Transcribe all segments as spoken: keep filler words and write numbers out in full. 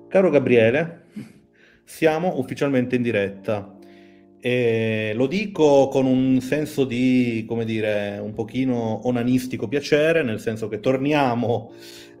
Caro Gabriele, siamo ufficialmente in diretta e lo dico con un senso di, come dire, un pochino onanistico piacere, nel senso che torniamo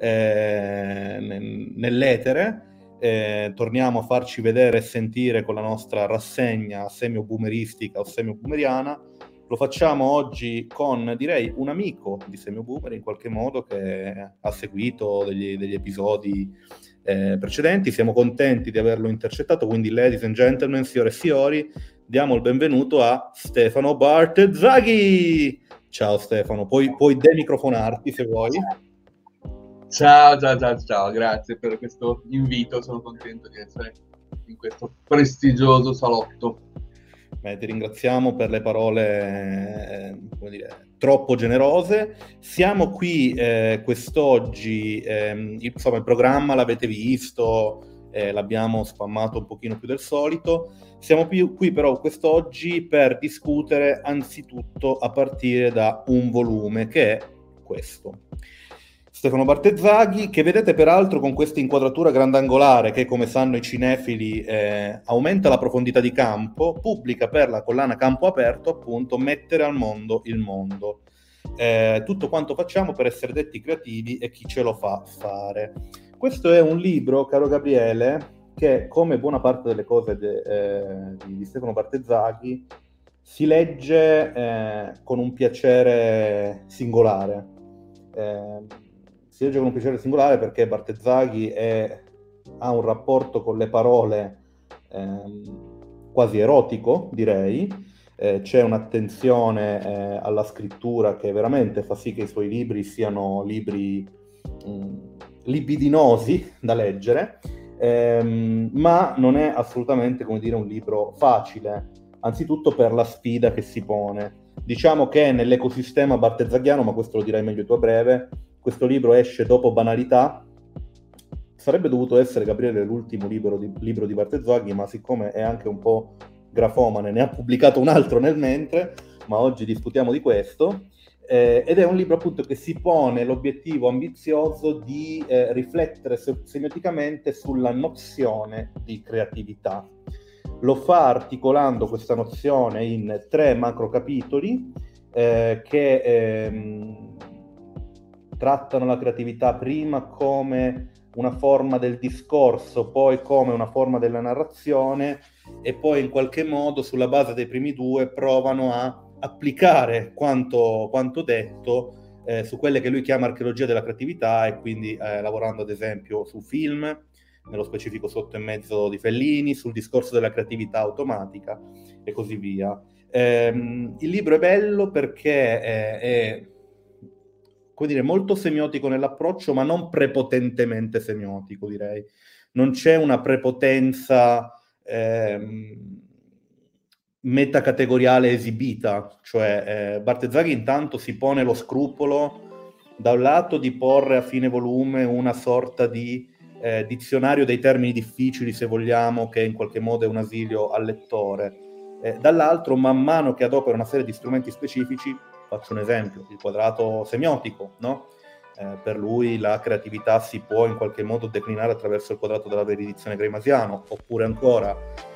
eh, nel- nell'etere, eh, torniamo a farci vedere e sentire con la nostra rassegna semio-boomeristica o semio-boomeriana. Lo facciamo oggi con, direi, un amico di Semio Boomer in qualche modo che ha seguito degli, degli episodi eh, precedenti. Siamo contenti di averlo intercettato, quindi ladies and gentlemen, signore e signori, diamo il benvenuto a Stefano Bartezzaghi. Ciao Stefano, puoi, puoi demicrofonarti se vuoi. Ciao, ciao, ciao, ciao, grazie per questo invito, sono contento di essere in questo prestigioso salotto. Beh, ti ringraziamo per le parole, eh, come dire, troppo generose. Siamo qui eh, quest'oggi, ehm, il, insomma, il programma l'avete visto, eh, l'abbiamo spammato un pochino più del solito. Siamo più, qui però quest'oggi per discutere anzitutto a partire da un volume che è questo. Stefano Bartezzaghi, che vedete peraltro con questa inquadratura grandangolare che, come sanno i cinefili, eh, aumenta la profondità di campo, pubblica per la collana Campo Aperto, appunto, Mettere al mondo il mondo. Eh, tutto quanto facciamo per essere detti creativi e chi ce lo fa fare. Questo è un libro, caro Gabriele, che, come buona parte delle cose de, eh, di Stefano Bartezzaghi, si legge eh, con un piacere singolare. Eh, si legge con un piacere singolare perché Bartezzaghi è, ha un rapporto con le parole ehm, quasi erotico, direi. Eh, c'è un'attenzione eh, alla scrittura che veramente fa sì che i suoi libri siano libri mh, libidinosi da leggere, ehm, ma non è assolutamente, come dire, un libro facile, anzitutto per la sfida che si pone. Diciamo che nell'ecosistema bartezzaghiano, ma questo lo dirai meglio tu a breve, questo libro esce dopo Banalità. Sarebbe dovuto essere, Gabriele, l'ultimo libro di, libro di Bartezzaghi, ma siccome è anche un po' grafomane, ne ha pubblicato un altro nel mentre, ma oggi discutiamo di questo. Eh, ed è un libro appunto che si pone l'obiettivo ambizioso di eh, riflettere se- semioticamente sulla nozione di creatività. Lo fa articolando questa nozione in tre macro capitoli eh, che ehm, trattano la creatività prima come una forma del discorso, poi come una forma della narrazione e poi in qualche modo sulla base dei primi due provano a applicare quanto, quanto detto eh, su quelle che lui chiama archeologia della creatività e quindi eh, lavorando ad esempio su film, nello specifico Sotto e mezzo di Fellini, sul discorso della creatività automatica e così via. Ehm, il libro è bello perché è, è come dire, molto semiotico nell'approccio, ma non prepotentemente semiotico, direi. Non c'è una prepotenza ehm, metacategoriale esibita, cioè eh, Bartezzaghi intanto si pone lo scrupolo, da un lato, di porre a fine volume una sorta di eh, dizionario dei termini difficili, se vogliamo, che in qualche modo è un asilo al lettore. Eh, dall'altro, man mano che adopera una serie di strumenti specifici, faccio un esempio, il quadrato semiotico, no? Eh, per lui la creatività si può in qualche modo declinare attraverso il quadrato della veridizione gramasiano, oppure ancora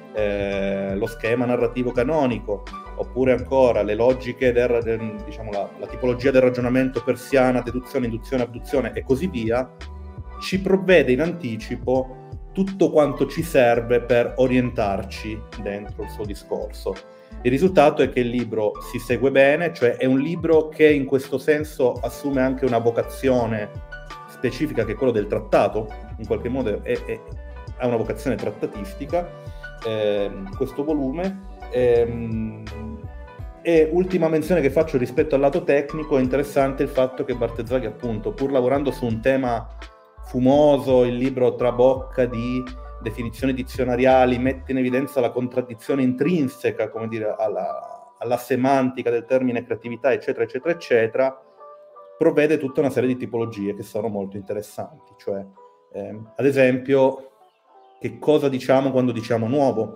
eh, lo schema narrativo canonico, oppure ancora le logiche, del, del, diciamo la, la tipologia del ragionamento persiana, deduzione, induzione, abduzione e così via, ci provvede in anticipo tutto quanto ci serve per orientarci dentro il suo discorso. Il risultato è che il libro si segue bene, cioè è un libro che in questo senso assume anche una vocazione specifica che è quello del trattato, in qualche modo è, è, ha una vocazione trattatistica, eh, questo volume. Ehm, e ultima menzione che faccio rispetto al lato tecnico, è interessante il fatto che Bartezzaghi, appunto, pur lavorando su un tema fumoso, il libro trabocca di definizioni dizionariali, mette in evidenza la contraddizione intrinseca, come dire, alla, alla semantica del termine creatività, eccetera, eccetera, eccetera, provvede tutta una serie di tipologie che sono molto interessanti. Cioè, ehm, ad esempio, che cosa diciamo quando diciamo nuovo?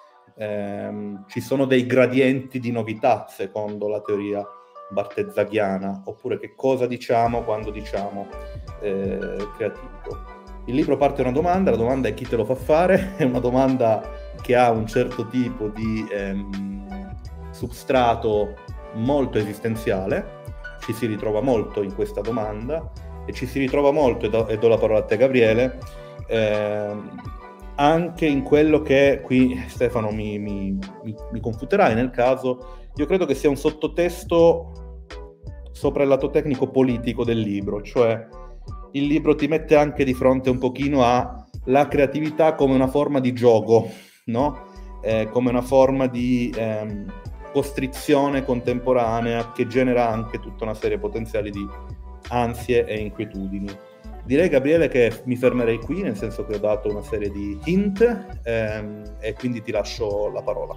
Ehm, ci sono dei gradienti di novità, secondo la teoria bartezzaghiana, oppure che cosa diciamo quando diciamo eh, creativo. Il libro parte da una domanda, la domanda è chi te lo fa fare, è una domanda che ha un certo tipo di ehm, substrato molto esistenziale, ci si ritrova molto in questa domanda e ci si ritrova molto, e do, e do la parola a te Gabriele, ehm, anche in quello che, qui Stefano mi, mi, mi, mi confuterai nel caso, io credo che sia un sottotesto sopra il lato tecnico politico del libro, cioè il libro ti mette anche di fronte un pochino alla creatività come una forma di gioco, no? Eh, come una forma di ehm, costrizione contemporanea che genera anche tutta una serie potenziali di ansie e inquietudini. Direi, Gabriele, che mi fermerei qui, nel senso che ho dato una serie di hint ehm, e quindi ti lascio la parola.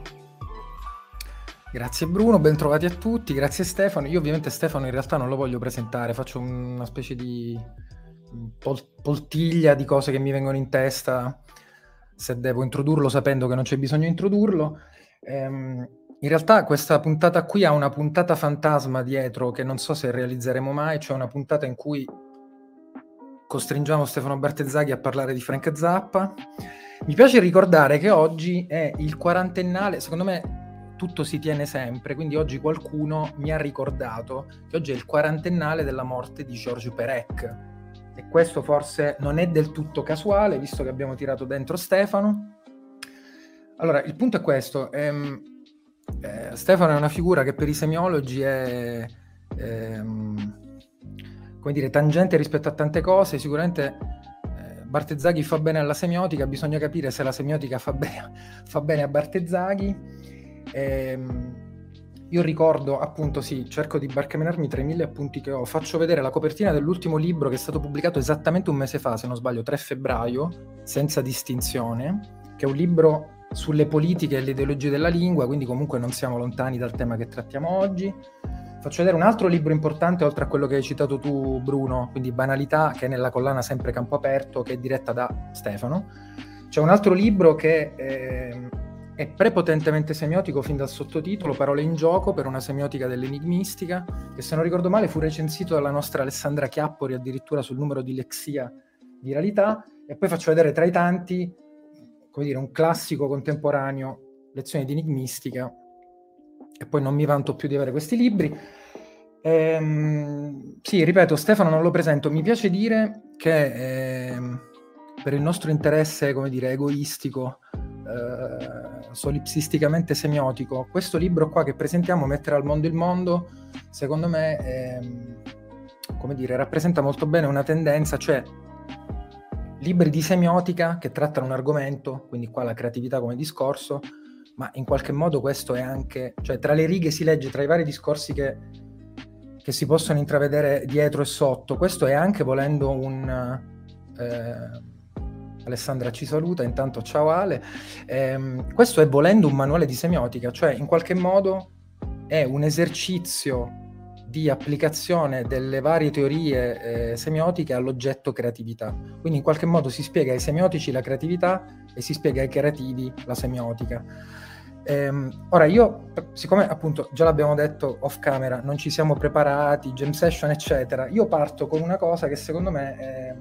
Grazie Bruno, ben trovati a tutti, grazie Stefano. Io ovviamente Stefano in realtà non lo voglio presentare, faccio una specie di pol- poltiglia di cose che mi vengono in testa, se devo introdurlo sapendo che non c'è bisogno di introdurlo. Ehm, in realtà questa puntata qui ha una puntata fantasma dietro che non so se realizzeremo mai, cioè una puntata in cui costringiamo Stefano Bartezzaghi a parlare di Frank Zappa. Mi piace ricordare che oggi è il quarantennale, secondo me tutto si tiene sempre, quindi oggi qualcuno mi ha ricordato che oggi è il quarantennale della morte di Georges Perec, e questo forse non è del tutto casuale, visto che abbiamo tirato dentro Stefano. Allora, il punto è questo, ehm, eh, Stefano è una figura che per i semiologi è ehm, come dire, tangente rispetto a tante cose. Sicuramente eh, Bartezzaghi fa bene alla semiotica, bisogna capire se la semiotica fa bene, fa bene a Bartezzaghi. Ehm, io ricordo, appunto, sì, cerco di barcamenarmi tra i mille appunti che ho, faccio vedere la copertina dell'ultimo libro che è stato pubblicato esattamente un mese fa, se non sbaglio, tre febbraio, Senza distinzione, che è un libro sulle politiche e le ideologie della lingua, quindi comunque non siamo lontani dal tema che trattiamo oggi. Faccio vedere un altro libro importante, oltre a quello che hai citato tu, Bruno, quindi Banalità, che è nella collana Sempre Campo Aperto, che è diretta da Stefano. C'è un altro libro che eh, è prepotentemente semiotico fin dal sottotitolo, Parole in gioco per una semiotica dell'enigmistica, che se non ricordo male fu recensito dalla nostra Alessandra Chiappori addirittura sul numero di Lexia Viralità. E poi faccio vedere tra i tanti, come dire, un classico contemporaneo, Lezioni di enigmistica, e poi non mi vanto più di avere questi libri. Ehm, sì, ripeto, Stefano non lo presento, mi piace dire che ehm, per il nostro interesse, come dire, egoistico, eh, solipsisticamente semiotico, questo libro qua che presentiamo, Mettere al mondo il mondo, secondo me ehm, come dire, rappresenta molto bene una tendenza, cioè libri di semiotica che trattano un argomento, quindi qua la creatività come discorso, ma in qualche modo questo è anche, cioè tra le righe si legge, tra i vari discorsi che, che si possono intravedere dietro e sotto, questo è anche, volendo, un eh, Alessandra ci saluta, intanto ciao Ale, ehm, questo è, volendo, un manuale di semiotica, cioè in qualche modo è un esercizio di applicazione delle varie teorie eh, semiotiche all'oggetto creatività, quindi in qualche modo si spiega ai semiotici la creatività e si spiega ai creativi la semiotica. Ehm, ora io, siccome appunto già l'abbiamo detto off camera, non ci siamo preparati, jam session eccetera, io parto con una cosa che secondo me è,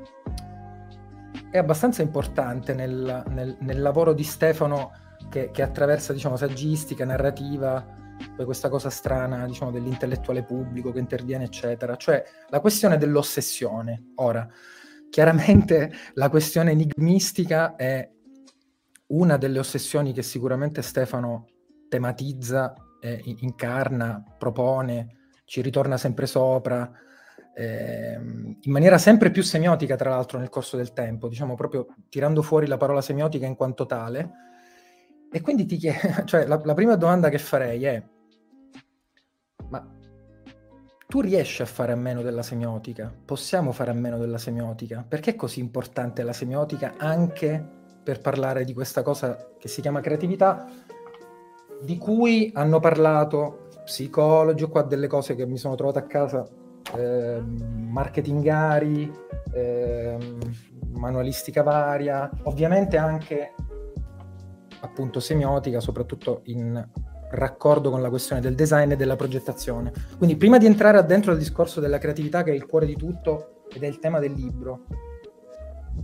è abbastanza importante nel, nel, nel lavoro di Stefano, che, che attraversa, diciamo, saggistica, narrativa, poi questa cosa strana, diciamo, dell'intellettuale pubblico che interviene eccetera, cioè la questione dell'ossessione. Ora, chiaramente la questione enigmistica è una delle ossessioni che sicuramente Stefano tematizza, eh, incarna, propone, ci ritorna sempre sopra, eh, in maniera sempre più semiotica, tra l'altro, nel corso del tempo, diciamo, proprio tirando fuori la parola semiotica in quanto tale. E quindi ti chiedo, cioè la, la prima domanda che farei è: ma tu riesci a fare a meno della semiotica? Possiamo fare a meno della semiotica? Perché è così importante la semiotica anche per parlare di questa cosa che si chiama creatività, di cui hanno parlato psicologi, o qua delle cose che mi sono trovato a casa, eh, marketingari, eh, manualistica varia, ovviamente anche appunto semiotica, soprattutto in raccordo con la questione del design e della progettazione. Quindi prima di entrare addentro al discorso della creatività, che è il cuore di tutto ed è il tema del libro,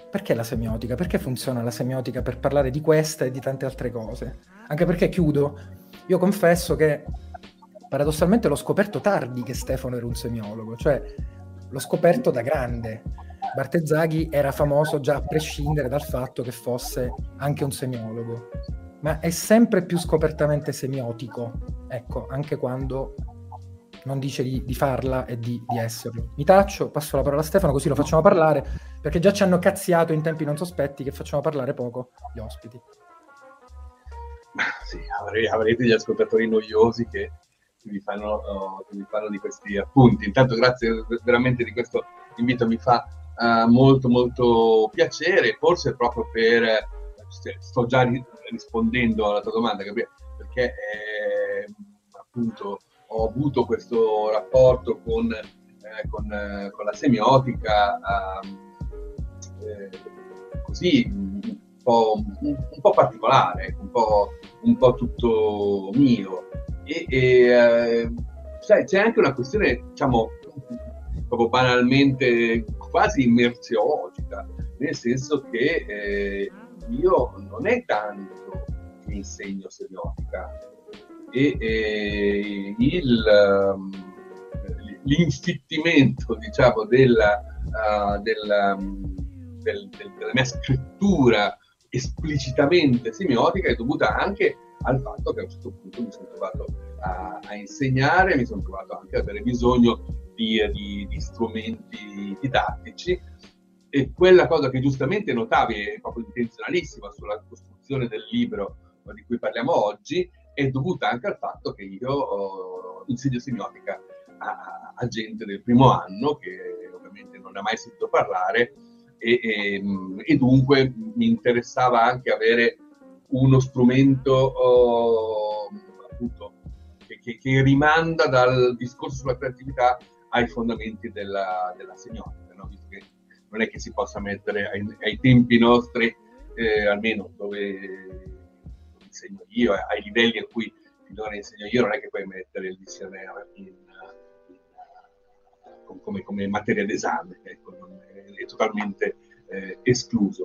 perché la semiotica? Perché funziona la semiotica per parlare di questa e di tante altre cose? Anche perché, chiudo, io confesso che paradossalmente l'ho scoperto tardi che Stefano era un semiologo, cioè l'ho scoperto da grande. Bartezzaghi era famoso già a prescindere dal fatto che fosse anche un semiologo, ma è sempre più scopertamente semiotico, ecco, anche quando non dice di, di farla e di, di esserlo. Mi taccio, passo la parola a Stefano, così lo facciamo parlare, perché già ci hanno cazziato in tempi non sospetti che facciamo parlare poco gli ospiti. Sì, avrete gli ascoltatori noiosi che vi fanno, uh, che vi fanno di questi appunti. Intanto grazie veramente di questo invito, mi fa uh, molto molto piacere, forse proprio per eh, sto già ri- rispondendo alla tua domanda, Gabriele, perché eh, appunto ho avuto questo rapporto con, eh, con, eh, con la semiotica eh, così un po', un, un po' particolare, un po', un po' tutto mio. E, e eh, sai, c'è anche una questione, diciamo, proprio banalmente quasi immersiologica, nel senso che eh, io non è tanto che insegno semiotica, e, e il, um, l'infittimento, diciamo, della, uh, della, um, del, del, della mia scrittura esplicitamente semiotica è dovuta anche al fatto che a un certo punto mi sono trovato a, a insegnare, mi sono trovato anche ad avere bisogno di, di, di strumenti didattici, e quella cosa che giustamente notavi è proprio intenzionalissima sulla costruzione del libro di cui parliamo oggi, è dovuta anche al fatto che io oh, insegno semiotica a, a gente del primo anno che ovviamente non ha mai sentito parlare, e, e, e dunque mi interessava anche avere uno strumento oh, appunto che, che, che rimanda dal discorso sulla creatività ai fondamenti della, della semiotica, no? Visto che non è che si possa mettere ai, ai tempi nostri, eh, almeno dove, dove insegno io, ai livelli a cui finora insegno io, non è che puoi mettere il dizionario in, in, in, come, come materia d'esame, ecco, non è, è totalmente eh, escluso.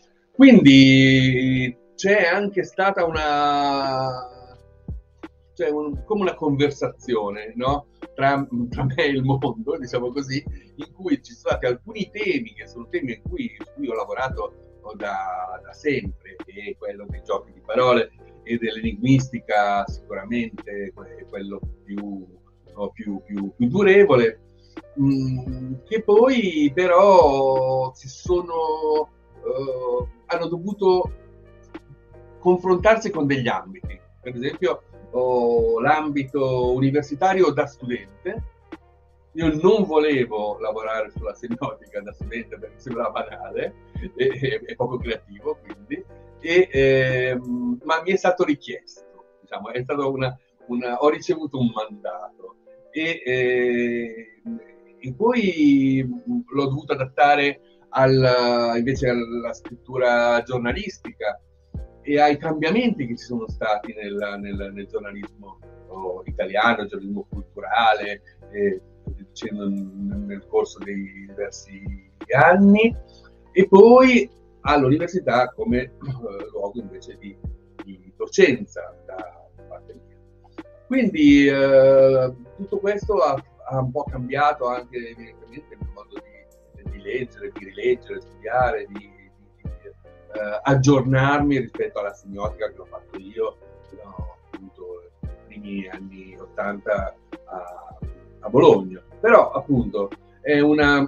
Quindi c'è anche stata una, cioè un, come una conversazione, no? tra, tra me e il mondo, diciamo così, in cui ci sono stati alcuni temi che sono temi in cui, su cui ho lavorato da, da sempre, e quello dei giochi di parole e dell'enigmistica sicuramente è quello più, no, più, più, più durevole, mh, che poi però si sono uh, hanno dovuto confrontarsi con degli ambiti. Per esempio oh, l'ambito universitario da studente. Io non volevo lavorare sulla semiotica da studente perché sembrava banale e, e, e poco creativo, quindi e, eh, ma mi è stato richiesto, diciamo, è stato una, una ho ricevuto un mandato, e, eh, e poi l'ho dovuto adattare al, invece alla scrittura giornalistica e ai cambiamenti che ci sono stati nel, nel, nel giornalismo oh, italiano, il giornalismo culturale, eh, dicendo nel corso dei diversi anni, e poi all'università come eh, luogo invece di, di docenza da parte mia. Quindi eh, tutto questo ha, ha un po' cambiato anche evidentemente il modo di, di leggere, di rileggere, studiare, di, di, di eh, aggiornarmi rispetto alla semiotica che ho fatto io, no, appunto nei primi anni ottanta a, a Bologna. Però appunto è una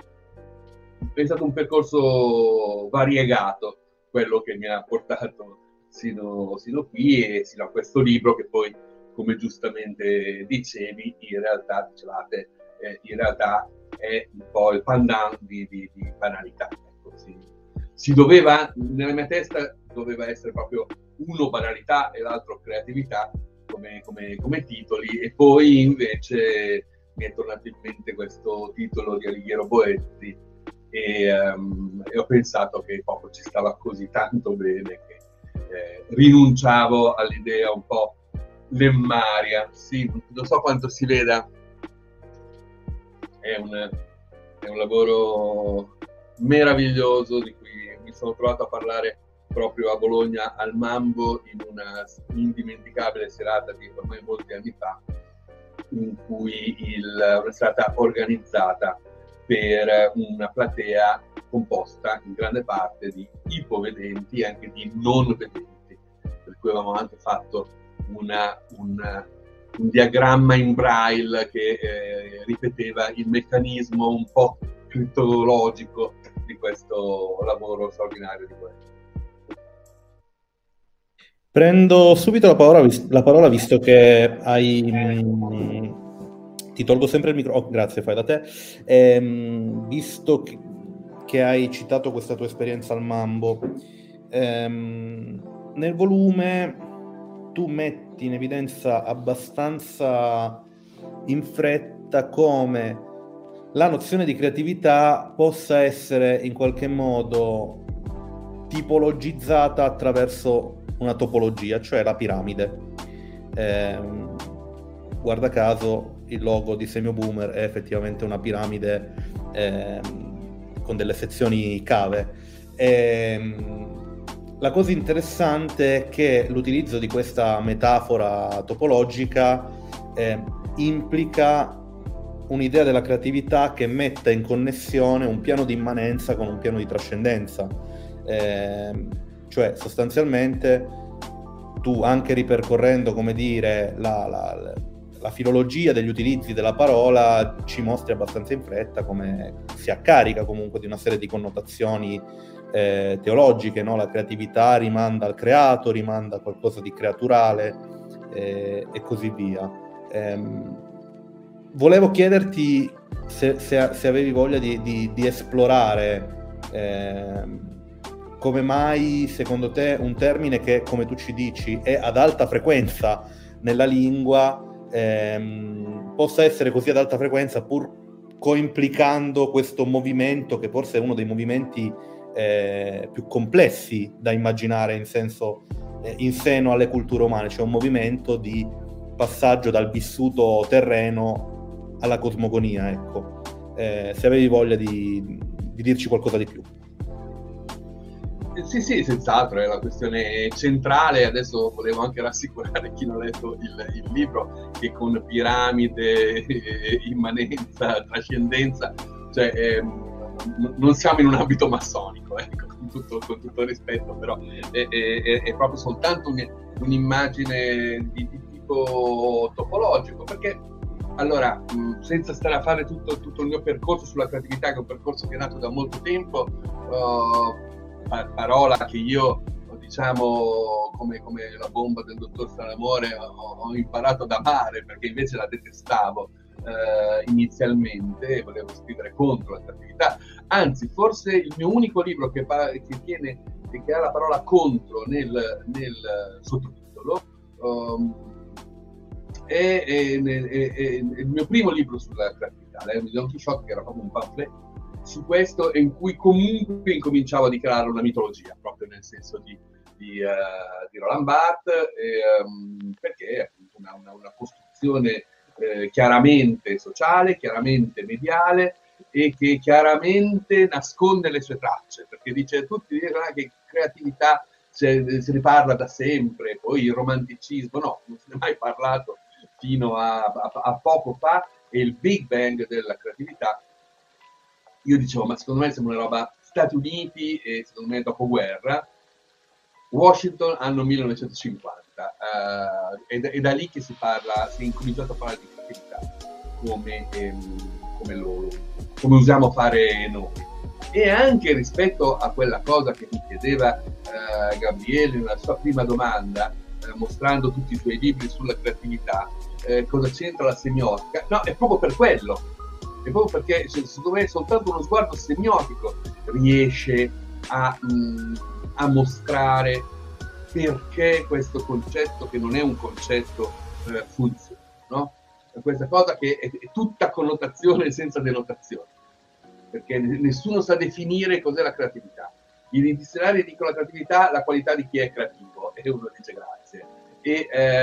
è stato un percorso variegato quello che mi ha portato sino, sino qui e sino a questo libro che poi, come giustamente dicevi, in realtà dicevate, eh, in realtà è un po' il pandan di, di, di banalità. Ecco, si, si doveva, nella mia testa doveva essere proprio uno banalità e l'altro creatività come, come, come titoli, e poi invece mi è tornato in mente questo titolo di Alighiero Boetti e, um, e ho pensato che poco ci stava così tanto bene che eh, rinunciavo all'idea un po' lemmaria. Sì, non so quanto si veda, è un, è un lavoro meraviglioso di cui mi sono trovato a parlare proprio a Bologna al Mambo in una indimenticabile serata di ormai molti anni fa, in cui il, una serata organizzata per una platea composta in grande parte di ipovedenti e anche di non vedenti, per cui avevamo anche fatto una, una, un diagramma in braille che eh, ripeteva il meccanismo un po' crittologico di questo lavoro straordinario di questo. Prendo subito la parola, la parola visto che hai... Mh, ti tolgo sempre il micro... Oh, grazie, fai da te. Ehm, visto che, che hai citato questa tua esperienza al Mambo, ehm, nel volume tu metti in evidenza abbastanza in fretta come la nozione di creatività possa essere in qualche modo tipologizzata attraverso una topologia, cioè la piramide. Eh, guarda caso il logo di Semio Boomer è effettivamente una piramide eh, con delle sezioni cave. Eh, la cosa interessante è che l'utilizzo di questa metafora topologica eh, implica un'idea della creatività che metta in connessione un piano di immanenza con un piano di trascendenza. Eh, cioè sostanzialmente tu, anche ripercorrendo, come dire, la, la, la filologia degli utilizzi della parola, ci mostri abbastanza in fretta come si accarica comunque di una serie di connotazioni eh, teologiche, no? La creatività rimanda al creato, rimanda a qualcosa di creaturale eh, e così via. Ehm, volevo chiederti se, se, se avevi voglia di, di, di esplorare eh, come mai, secondo te, un termine che, come tu ci dici, è ad alta frequenza nella lingua, ehm, possa essere così ad alta frequenza pur coimplicando questo movimento che forse è uno dei movimenti eh, più complessi da immaginare in senso eh, in seno alle culture umane, cioè un movimento di passaggio dal vissuto terreno alla cosmogonia, ecco. Eh, se avevi voglia di, di dirci qualcosa di più. Sì, sì, senz'altro, è la questione centrale. Adesso volevo anche rassicurare chi non ha letto il, il libro che con piramide, immanenza, trascendenza, cioè ehm, non siamo in un ambito massonico, ecco, con tutto, con tutto rispetto, però è, è, è proprio soltanto un, un'immagine di, di tipo topologico, perché allora, senza stare a fare tutto, tutto il mio percorso sulla creatività, che è un percorso che è nato da molto tempo, uh, parola che io, diciamo, come, come la bomba del dottor Stranamore, ho, ho imparato ad amare, perché invece la detestavo eh, inizialmente e volevo scrivere contro la creatività. Anzi, forse il mio unico libro che, che tiene e che ha la parola contro nel, nel sottotitolo um, è, è, è, è il mio primo libro sulla creatività, il Don Quixote, che era proprio un pamphlet su questo, e in cui comunque incominciavo a creare una mitologia, proprio nel senso di, di, uh, di Roland Barthes, e, um, perché è appunto una, una, una costruzione eh, chiaramente sociale, chiaramente mediale, e che chiaramente nasconde le sue tracce, perché dice tutti dicono che creatività se, se ne parla da sempre, poi il romanticismo, no, non se ne è mai parlato fino a, a, a poco fa, e il Big Bang della creatività. Io dicevo, ma secondo me siamo una roba Stati Uniti e secondo me dopoguerra, Washington anno millenovecentocinquanta, uh, è, è da lì che si parla, si è incominciato a parlare di creatività come, ehm, come, lo, come usiamo fare noi. E anche rispetto a quella cosa che mi chiedeva uh, Gabriele nella sua prima domanda, uh, mostrando tutti i suoi libri sulla creatività, uh, cosa c'entra la semiotica? No, è proprio per quello. È proprio perché secondo me soltanto uno sguardo semiotico riesce a, mh, a mostrare perché questo concetto, che non è un concetto, eh, funziona, no? È questa cosa che è, è tutta connotazione senza denotazione, perché nessuno sa definire cos'è la creatività. I dizionari dicono la creatività, la qualità di chi è creativo, e uno dice grazie. E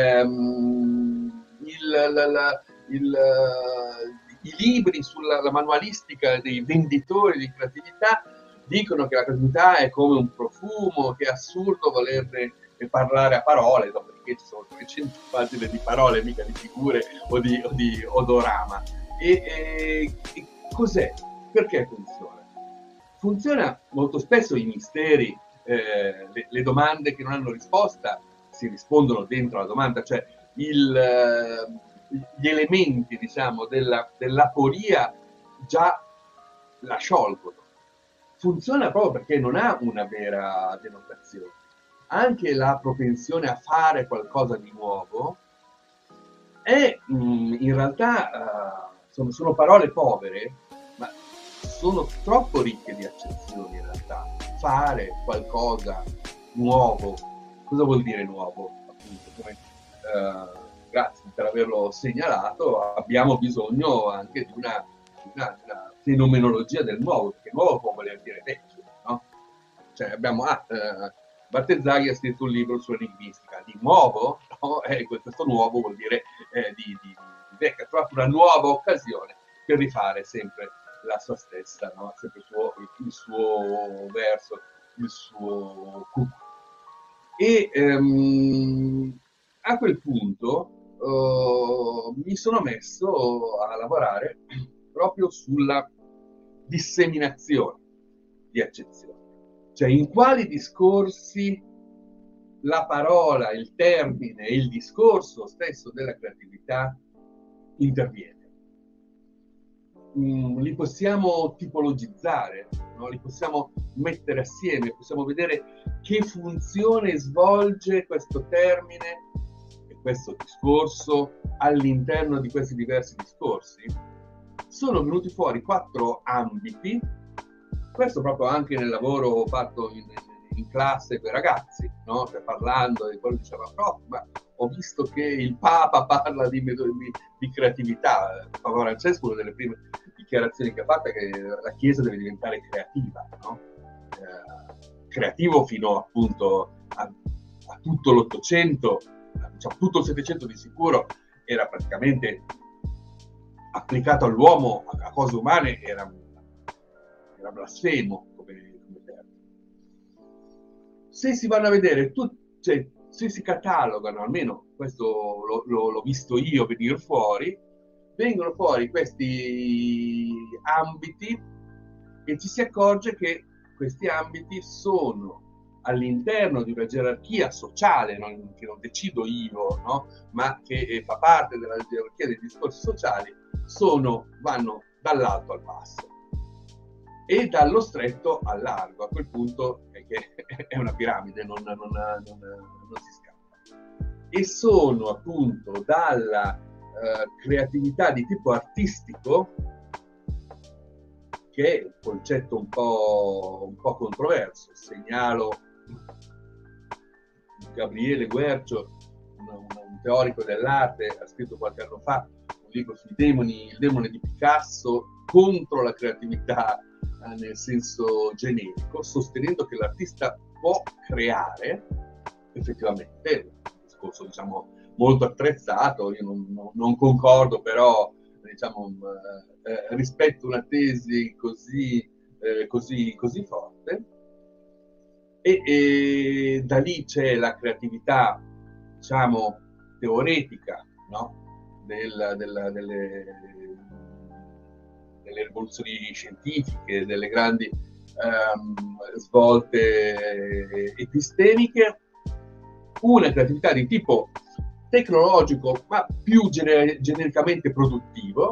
ehm, il, la, la, il i libri sulla la manualistica dei venditori di creatività dicono che la creatività è come un profumo, che è assurdo volerne parlare a parole, dopodiché ci sono trecento pagine di parole, mica di figure o di, o di odorama. E, e, e cos'è? Perché funziona? Funziona molto spesso, i misteri, eh, le, le domande che non hanno risposta si rispondono dentro la domanda, cioè il, gli elementi, diciamo, della, dell'aporia già la sciolgono. Funziona proprio perché non ha una vera denotazione. Anche la propensione a fare qualcosa di nuovo è mh, in realtà uh, sono, sono parole povere, ma sono troppo ricche di accezioni in realtà. Fare qualcosa nuovo, cosa vuol dire nuovo? Appunto, come, uh, grazie per averlo segnalato, abbiamo bisogno anche di una, di una, una fenomenologia del nuovo, perché nuovo può voler dire vecchio, no? Cioè abbiamo, ah, uh, Bartezzaghi ha scritto un libro sull'enigmistica, di nuovo, no? Eh, questo nuovo vuol dire eh, di, di, di vecchio, ha trovato una nuova occasione per rifare sempre la sua stessa, no? Sempre il suo, il suo verso, il suo cucù. E ehm, a quel punto uh, mi sono messo a lavorare proprio sulla disseminazione di accezioni. Cioè, in quali discorsi la parola, il termine, il discorso stesso della creatività interviene. Mm, li possiamo tipologizzare, no? Li possiamo mettere assieme, possiamo vedere che funzione svolge questo termine e questo discorso all'interno di questi diversi discorsi. Sono venuti fuori quattro ambiti. Questo proprio anche nel lavoro fatto in, in classe con i ragazzi, no? Cioè, parlando di quello diceva, prof, ma ho visto che il Papa parla di, di, di creatività. Papa Francesco, una delle prime dichiarazioni che ha fatto è che la Chiesa deve diventare creativa, no? Eh, creativo fino appunto a, a tutto l'Ottocento, diciamo, tutto il Settecento di sicuro era praticamente applicato all'uomo, a, a cose umane, era era blasfemo come, come termine. Se si vanno a vedere, tu, cioè, se si catalogano, almeno questo lo, lo, l'ho visto io venire fuori, vengono fuori questi ambiti e ci si accorge che questi ambiti sono all'interno di una gerarchia sociale, non, che non decido io, no? Ma che fa parte della gerarchia dei discorsi sociali, sono, vanno dall'alto al basso e dallo stretto al largo. A quel punto è che è una piramide, non, non, non, non si scappa. E sono appunto dalla uh, creatività di tipo artistico, che è un concetto un po', un po' controverso. Segnalo Gabriele Guercio, un, un teorico dell'arte, ha scritto qualche anno fa un libro sui demoni, il demone di Picasso contro la creatività nel senso generico, sostenendo che l'artista può creare effettivamente, un discorso diciamo molto attrezzato, io non, non, non concordo, però diciamo eh, rispetto una tesi così, eh, così, così forte, e, e da lì c'è la creatività diciamo teoretica, no? Del, del, delle delle rivoluzioni scientifiche, delle grandi um, svolte epistemiche, una creatività di tipo tecnologico, ma più gener- genericamente produttivo,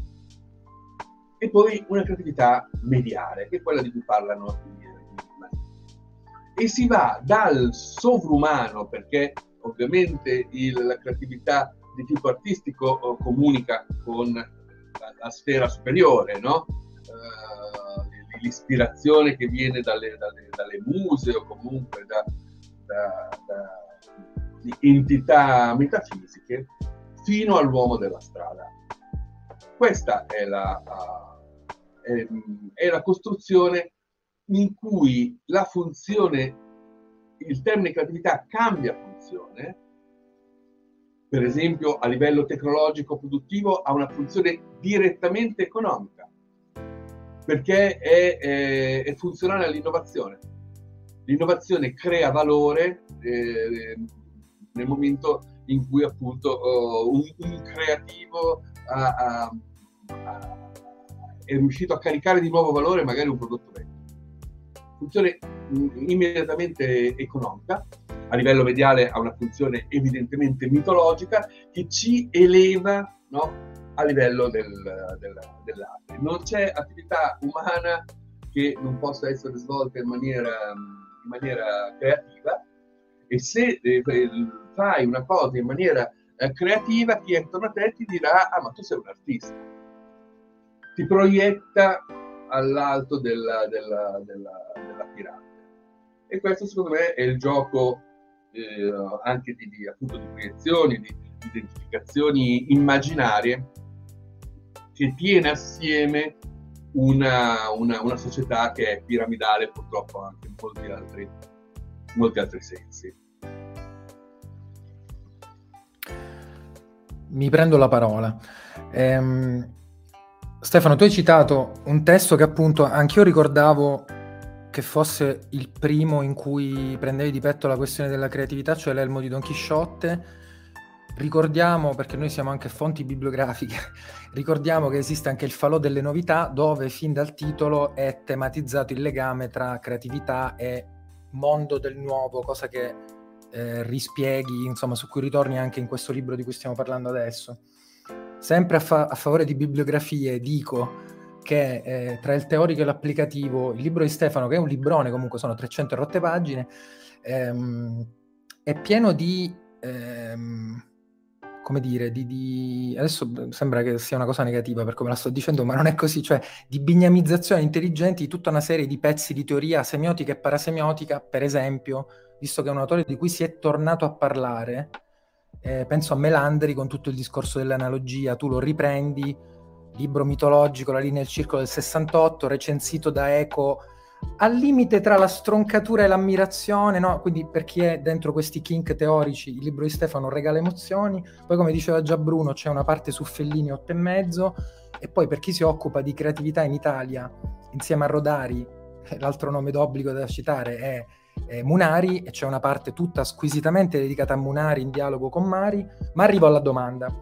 e poi una creatività mediale, che è quella di cui parlano i umanisti. E si va dal sovrumano, perché ovviamente il, la creatività di tipo artistico uh, comunica con la sfera superiore, no? Uh, l'ispirazione che viene dalle, dalle, dalle muse o comunque da, da, da entità metafisiche fino all'uomo della strada. Questa è la, uh, è, è la costruzione in cui la funzione, il termine creatività cambia funzione. Per esempio, a livello tecnologico produttivo ha una funzione direttamente economica. perché è, è, è funzionale all'innovazione. L'innovazione crea valore eh, nel momento in cui appunto oh, un, un creativo ha, ha, ha, è riuscito a caricare di nuovo valore magari un prodotto vecchio. Funzione mh, immediatamente economica, a livello mediale ha una funzione evidentemente mitologica che ci eleva, no, a livello del, del, dell'arte. Non c'è attività umana che non possa essere svolta in maniera, in maniera creativa, e se eh, fai una cosa in maniera eh, creativa, chi è attorno a te ti dirà: ah, ma tu sei un artista, ti proietta all'alto della, della, della, della piramide. E questo secondo me è il gioco eh, anche di, di, appunto, di proiezioni, di, di identificazioni immaginarie, che tiene assieme una, una, una società che è piramidale purtroppo anche in molti altri, in molti altri sensi. Mi prendo la parola. Ehm, Stefano, tu hai citato un testo che appunto anch'io ricordavo che fosse il primo in cui prendevi di petto la questione della creatività, cioè l'Elmo di Don Chisciotte. Ricordiamo, perché noi siamo anche fonti bibliografiche, ricordiamo che esiste anche il falò delle novità, dove fin dal titolo è tematizzato il legame tra creatività e mondo del nuovo, cosa che eh, rispieghi, insomma, su cui ritorni anche in questo libro di cui stiamo parlando adesso. Sempre a, fa- a favore di bibliografie dico che eh, tra il teorico e l'applicativo, il libro di Stefano, che è un librone, comunque sono trecento rotte pagine, ehm, è pieno di... Ehm, come dire, di, di... adesso sembra che sia una cosa negativa per come la sto dicendo, ma non è così, cioè di bignamizzazione intelligenti di tutta una serie di pezzi di teoria semiotica e parasemiotica. Per esempio, visto che è un autore di cui si è tornato a parlare, eh, penso a Melandri con tutto il discorso dell'analogia, tu lo riprendi, libro mitologico, La linea del circolo del sessantotto, recensito da Eco, al limite tra la stroncatura e l'ammirazione, no? Quindi per chi è dentro questi kink teorici, il libro di Stefano regala emozioni. Poi, come diceva già Bruno, c'è una parte su Fellini otto e mezzo, e poi per chi si occupa di creatività in Italia, insieme a Rodari, l'altro nome d'obbligo da citare è, è Munari, e c'è una parte tutta squisitamente dedicata a Munari in dialogo con Mari. Ma arrivo alla domanda.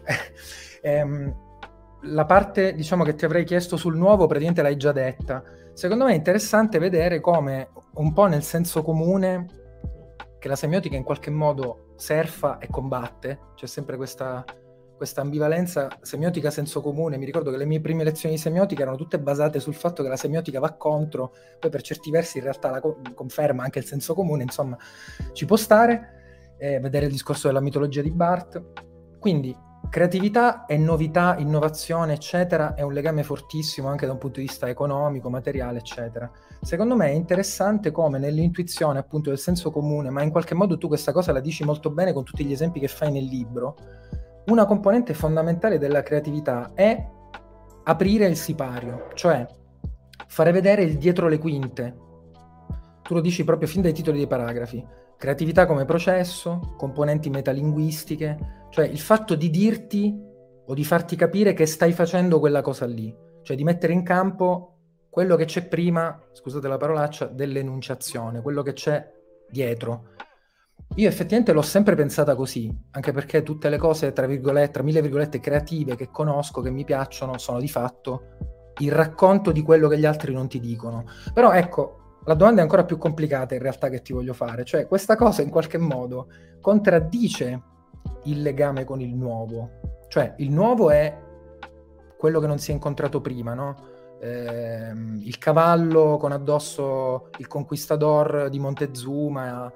ehm, la parte, diciamo, che ti avrei chiesto sul nuovo praticamente l'hai già detta. Secondo me è interessante vedere come, un po' nel senso comune, che la semiotica in qualche modo surfa e combatte, c'è sempre questa, questa ambivalenza semiotica senso comune. Mi ricordo che le mie prime lezioni di semiotica erano tutte basate sul fatto che la semiotica va contro, poi per certi versi in realtà la co- conferma anche il senso comune, insomma ci può stare, eh, vedere il discorso della mitologia di Barthes. Quindi creatività e novità, innovazione, eccetera, è un legame fortissimo anche da un punto di vista economico, materiale, eccetera. Secondo me è interessante come nell'intuizione appunto del senso comune, ma in qualche modo tu questa cosa la dici molto bene con tutti gli esempi che fai nel libro, una componente fondamentale della creatività è aprire il sipario, cioè fare vedere il dietro le quinte. Tu lo dici proprio fin dai titoli dei paragrafi. Creatività come processo, componenti metalinguistiche, cioè il fatto di dirti o di farti capire che stai facendo quella cosa lì, cioè di mettere in campo quello che c'è prima, scusate la parolaccia, dell'enunciazione, quello che c'è dietro. Io effettivamente l'ho sempre pensata così, anche perché tutte le cose, tra virgolette, tra mille virgolette, creative che conosco, che mi piacciono, sono di fatto il racconto di quello che gli altri non ti dicono. Però ecco, la domanda è ancora più complicata in realtà che ti voglio fare, cioè questa cosa in qualche modo contraddice il legame con il nuovo, cioè il nuovo è quello che non si è incontrato prima, no? Eh, il cavallo con addosso il conquistador di Montezuma,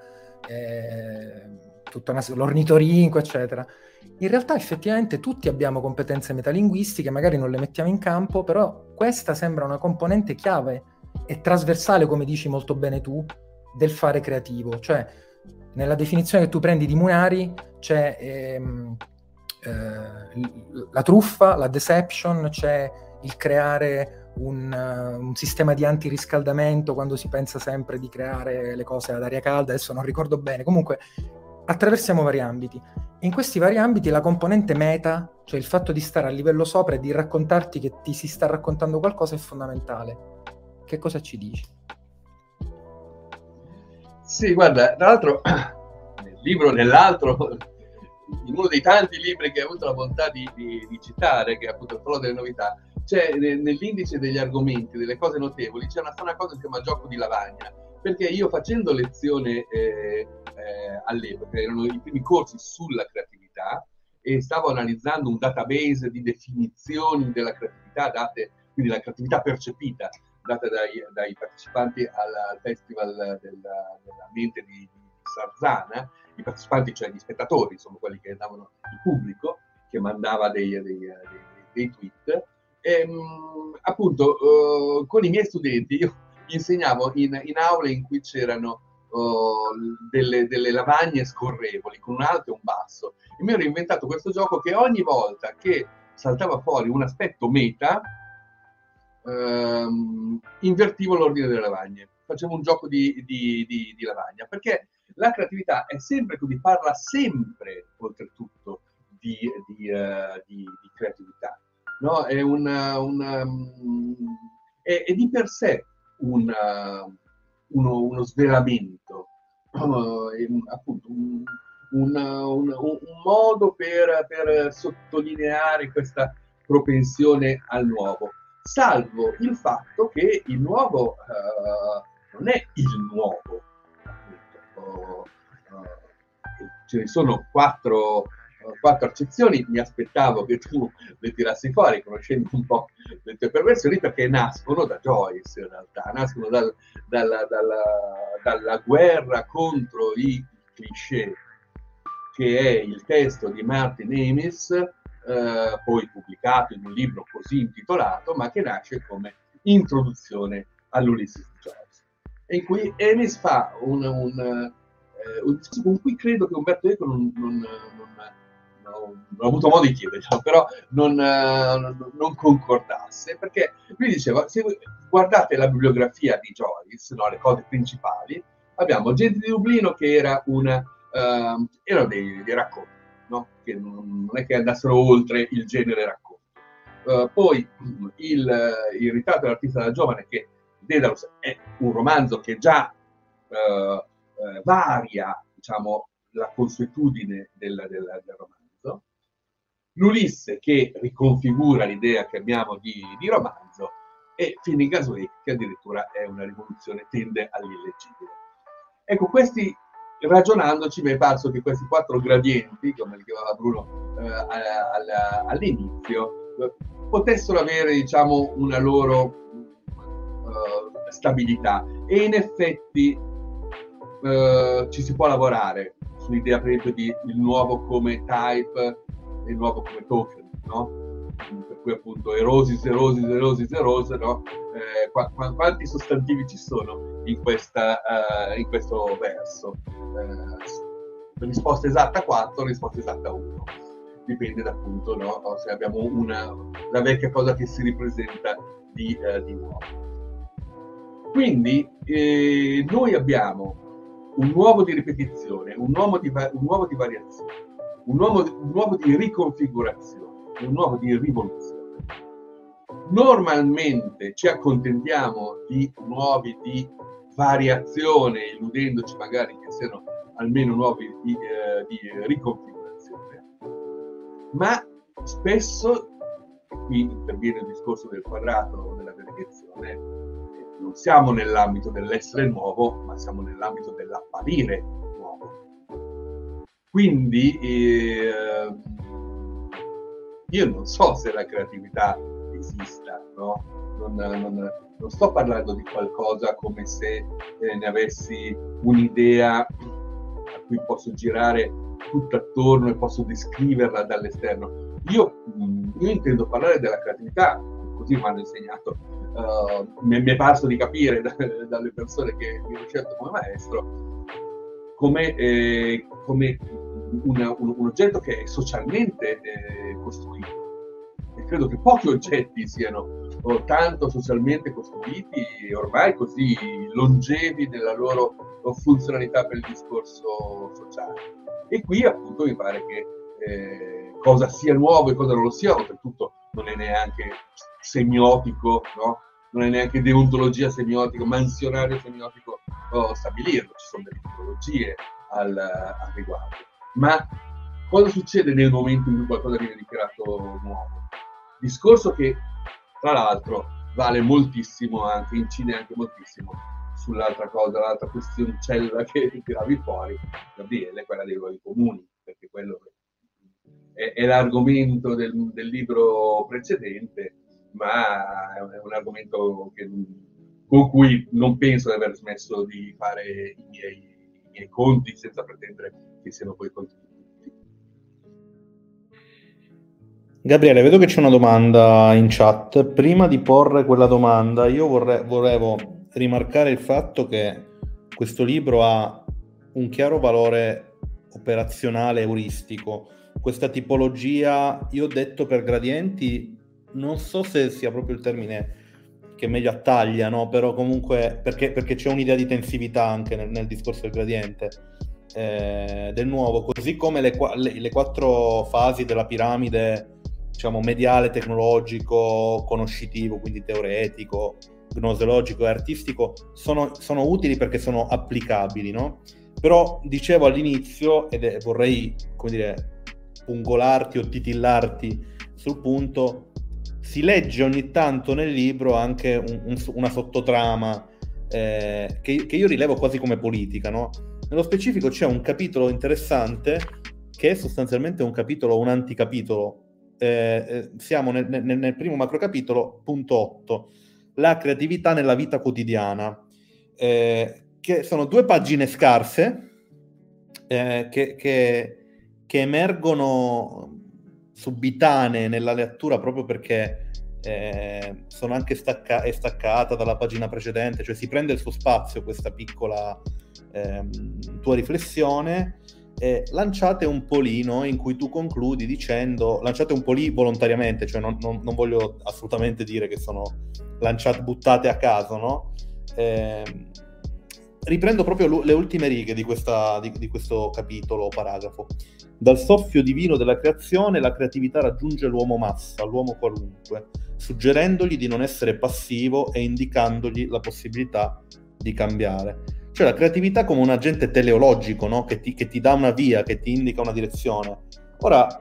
eh, tutta una, l'ornitorinco, eccetera. In realtà effettivamente tutti abbiamo competenze metalinguistiche, magari non le mettiamo in campo, però questa sembra una componente chiave e trasversale, come dici molto bene tu, del fare creativo. Cioè nella definizione che tu prendi di Munari c'è ehm, eh, la truffa, la deception, c'è il creare un, uh, un sistema di antiriscaldamento quando si pensa sempre di creare le cose ad aria calda, adesso non ricordo bene. Comunque attraversiamo vari ambiti. In questi vari ambiti la componente meta, cioè il fatto di stare a livello sopra e di raccontarti che ti si sta raccontando qualcosa, è fondamentale. Che cosa ci dici? Sì, guarda, tra l'altro nel libro, nell'altro, in uno dei tanti libri che hai avuto la bontà di, di, di citare, che è appunto il Frollo delle novità, c'è nell'indice degli argomenti, delle cose notevoli, c'è una, una cosa che si chiama gioco di lavagna, perché io facendo lezione eh, eh, all'epoca, erano i primi corsi sulla creatività, e stavo analizzando un database di definizioni della creatività date, quindi la creatività percepita, data dai, dai partecipanti al, al Festival della, della mente di, di Sarzana. I partecipanti, cioè gli spettatori, insomma quelli che andavano, il pubblico, che mandava dei, dei, dei, dei tweet. E, appunto, uh, con i miei studenti io insegnavo in, in aule in cui c'erano uh, delle, delle lavagne scorrevoli, con un alto e un basso. E mi ero inventato questo gioco che ogni volta che saltava fuori un aspetto meta, uh, invertivo l'ordine delle lavagne. Facevo un gioco di, di, di, di lavagna, perché la creatività è sempre così, parla sempre, oltretutto, di, di, uh, di, di creatività. No? È, una, una, è, è di per sé una, uno, uno svelamento, uh, è, appunto un, una, un, un modo per, per sottolineare questa propensione al nuovo, salvo il fatto che il nuovo uh, non è il nuovo. Uh, uh, ce ne sono quattro, uh, quattro accezioni. Mi aspettavo che tu le tirassi fuori, conoscendo un po' le tue perversioni, perché nascono da Joyce, in realtà nascono dal, dalla, dalla, dalla guerra contro i cliché, che è il testo di Martin Amis, eh, poi pubblicato in un libro così intitolato, ma che nasce come introduzione all'Ulysses di Joyce, in cui Amis fa un, un, eh, un con cui credo che Umberto Eco non, non, non, non, non ho avuto modo di chiedere, però non, non, non concordasse, perché lui diceva: se guardate la bibliografia di Joyce, no, le cose principali, abbiamo Gente di Dublino, che era una Uh, erano dei, dei racconti, no? Che non, non è che andassero oltre il genere racconto. Uh, poi il, il ritratto dell'artista da giovane, che Dedalus è un romanzo che già uh, uh, varia, diciamo, la consuetudine del, del, del romanzo. L'Ulisse, che riconfigura l'idea che abbiamo di, di romanzo, e Finnegan's Wake, che addirittura è una rivoluzione, tende all'illeggibile. Ecco, questi, ragionandoci, mi è parso che questi quattro gradienti, come li chiamava Bruno eh, all'inizio, eh, potessero avere, diciamo, una loro eh, stabilità, e in effetti eh, ci si può lavorare sull'idea, per esempio, di il nuovo come type e il nuovo come token, no? Per cui appunto erosis, erosis, erosis, erosis, no? Eh, qu- qu- quanti sostantivi ci sono in, questa, uh, in questo verso? Eh, risposta esatta quattro, risposta esatta uno. Dipende da, appunto, no? Se abbiamo una, la vecchia cosa che si ripresenta di, uh, di nuovo. Quindi eh, noi abbiamo un nuovo di ripetizione, un nuovo di, va- un nuovo di variazione, un nuovo, un nuovo di riconfigurazione, un nuovo di rivoluzione. Normalmente ci accontentiamo di nuovi di variazione, illudendoci magari che siano almeno nuovi di, eh, di riconfigurazione, ma spesso, qui interviene il discorso del quadrato della delegazione, non siamo nell'ambito dell'essere nuovo, ma siamo nell'ambito dell'apparire nuovo. Quindi eh, io non so se la creatività esista, no? Non, non, non sto parlando di qualcosa come se eh, ne avessi un'idea a cui posso girare tutto attorno e posso descriverla dall'esterno. Io, io intendo parlare della creatività, così mi hanno insegnato, uh, mi, mi è parso di capire da, dalle persone che mi hanno scelto come maestro, come, eh, come una, un, un oggetto che è socialmente eh, costruito. E credo che pochi oggetti siano tanto socialmente costruiti e ormai così longevi nella loro funzionalità per il discorso sociale. E qui appunto mi pare che eh, cosa sia nuovo e cosa non lo sia, oltretutto non è neanche semiotico, no? Non è neanche deontologia semiotica, mansionario semiotico oh, stabilirlo, ci sono delle tipologie al, al riguardo. Ma cosa succede nel momento in cui qualcosa viene dichiarato nuovo? Discorso che, tra l'altro, vale moltissimo anche, incide anche moltissimo sull'altra cosa, l'altra questioncella che tiravi fuori, Gabriele, quella dei luoghi comuni, perché quello è, è l'argomento del, del libro precedente, ma è un, è un argomento che, con cui non penso di aver smesso di fare i miei, i miei conti, senza pretendere che siano poi conti tutti. Gabriele, vedo che c'è una domanda in chat. Prima di porre quella domanda, io vorrei, volevo rimarcare il fatto che questo libro ha un chiaro valore operazionale euristico. Questa tipologia, io ho detto per gradienti, non so se sia proprio il termine che meglio attaglia, no? Però comunque perché, perché c'è un'idea di tensività anche nel, nel discorso del gradiente eh, del nuovo, così come le, le, le quattro fasi della piramide, diciamo mediale, tecnologico, conoscitivo, quindi teoretico, gnoseologico e artistico, sono, sono utili perché sono applicabili, no? Però dicevo all'inizio, ed è, vorrei, come dire, pungolarti o titillarti sul punto, si legge ogni tanto nel libro anche un, un, una sottotrama eh, che, che io rilevo quasi come politica, no? Nello specifico c'è un capitolo interessante che è sostanzialmente un capitolo, un anticapitolo. Eh, eh, siamo nel, nel, nel primo macrocapitolo, punto otto, la creatività nella vita quotidiana, eh, che sono due pagine scarse eh, che, che, che emergono subitanee nella lettura proprio perché eh, sono anche stacca- è staccata dalla pagina precedente, cioè si prende il suo spazio questa piccola ehm, tua riflessione. Eh, lanciate un polino in cui tu concludi dicendo, lanciate un polì volontariamente, cioè non, non, non voglio assolutamente dire che sono lanciate, buttate a caso, no? Eh, riprendo proprio le ultime righe di, questa, di, di questo capitolo o paragrafo. Dal soffio divino della creazione la creatività raggiunge l'uomo massa, l'uomo qualunque, suggerendogli di non essere passivo e indicandogli la possibilità di cambiare. Cioè la creatività come un agente teleologico, no? Che ti, che ti dà una via, che ti indica una direzione. Ora,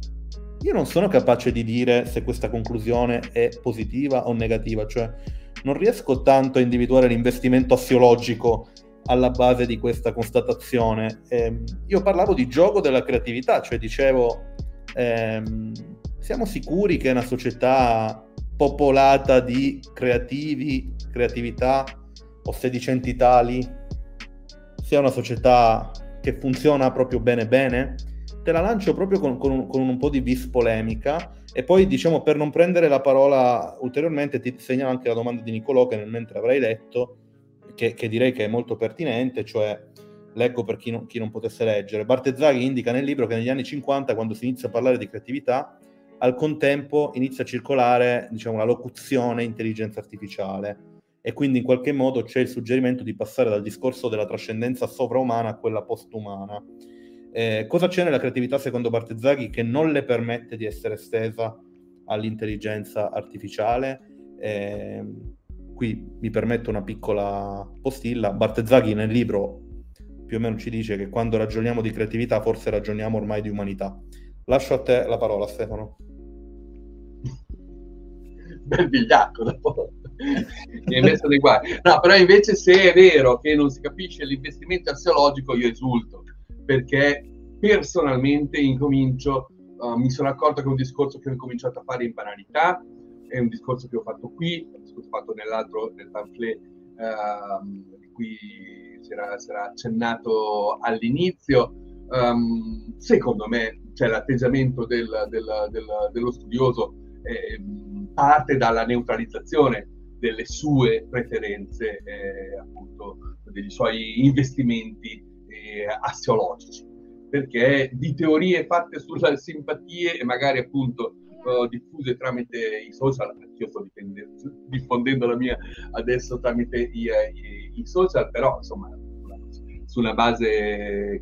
io non sono capace di dire se questa conclusione è positiva o negativa, cioè non riesco tanto a individuare l'investimento assiologico alla base di questa constatazione. Eh, io parlavo di gioco della creatività, cioè dicevo, ehm, siamo sicuri che una società popolata di creativi, creatività o sedicenti tali sia una società che funziona proprio bene bene? Te la lancio proprio con, con, un, con un po' di vis polemica e poi, diciamo, per non prendere la parola ulteriormente ti segnalo anche la domanda di Nicolò che nel mentre avrai letto, che, che direi che è molto pertinente, cioè leggo per chi non, chi non potesse leggere. Bartezzaghi indica nel libro che negli anni cinquanta, quando si inizia a parlare di creatività, al contempo inizia a circolare, diciamo, la locuzione intelligenza artificiale. E quindi in qualche modo c'è il suggerimento di passare dal discorso della trascendenza sovraumana a quella postumana. Eh, cosa c'è nella creatività secondo Bartezzaghi che non le permette di essere estesa all'intelligenza artificiale? Eh, qui mi permetto una piccola postilla. Bartezzaghi nel libro più o meno ci dice che quando ragioniamo di creatività forse ragioniamo ormai di umanità. Lascio a te la parola, Stefano. Bel vigliacco dopo. Mi hai messo dei guai. No, però invece se è vero che non si capisce l'investimento assiologico, io esulto, perché personalmente incomincio, uh, mi sono accorto che è un discorso che ho incominciato a fare in banalità, è un discorso che ho fatto qui, è un discorso fatto nell'altro, nel pamphlet uh, di cui si era, si era accennato all'inizio. Um, secondo me, cioè, l'atteggiamento del, del, del, dello studioso eh, parte dalla neutralizzazione delle sue preferenze, eh, appunto dei suoi investimenti eh, assiologici, perché di teorie fatte sulle simpatie e magari appunto uh, diffuse tramite i social, io sto diffondendo la mia adesso tramite i, i, i social, però insomma su una base così.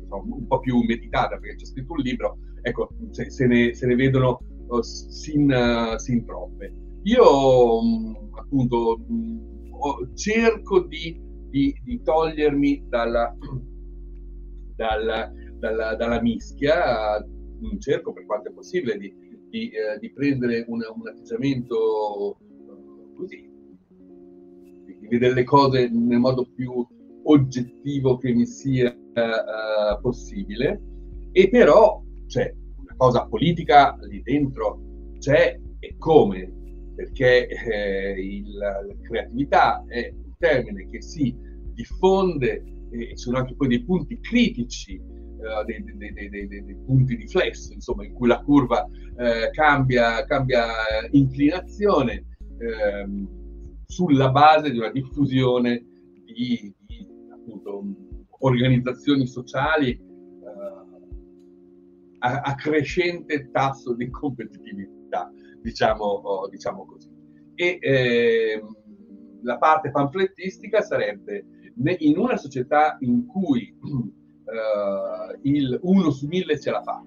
insomma, un po' più meditata, perché c'è scritto un libro, ecco, se, se, ne, se ne vedono uh, sin, uh, sin troppe. Io mh, appunto mh, ho, cerco di, di, di togliermi dalla, dalla, dalla, dalla mischia, mh, cerco per quanto è possibile di, di, uh, di prendere una, un atteggiamento uh, così, di vedere le cose nel modo più oggettivo che mi sia uh, possibile, e però c'è una cosa politica lì dentro, c'è e come, perché eh, il, la creatività è un termine che si diffonde e ci sono anche poi dei punti critici, uh, dei, dei, dei, dei, dei punti di flesso, insomma, in cui la curva uh, cambia, cambia inclinazione uh, sulla base di una diffusione di, di appunto, organizzazioni sociali uh, a, a crescente tasso di competitività, diciamo, oh, diciamo così. E eh, la parte pamflettistica sarebbe in una società in cui uh, il uno su mille ce la fa.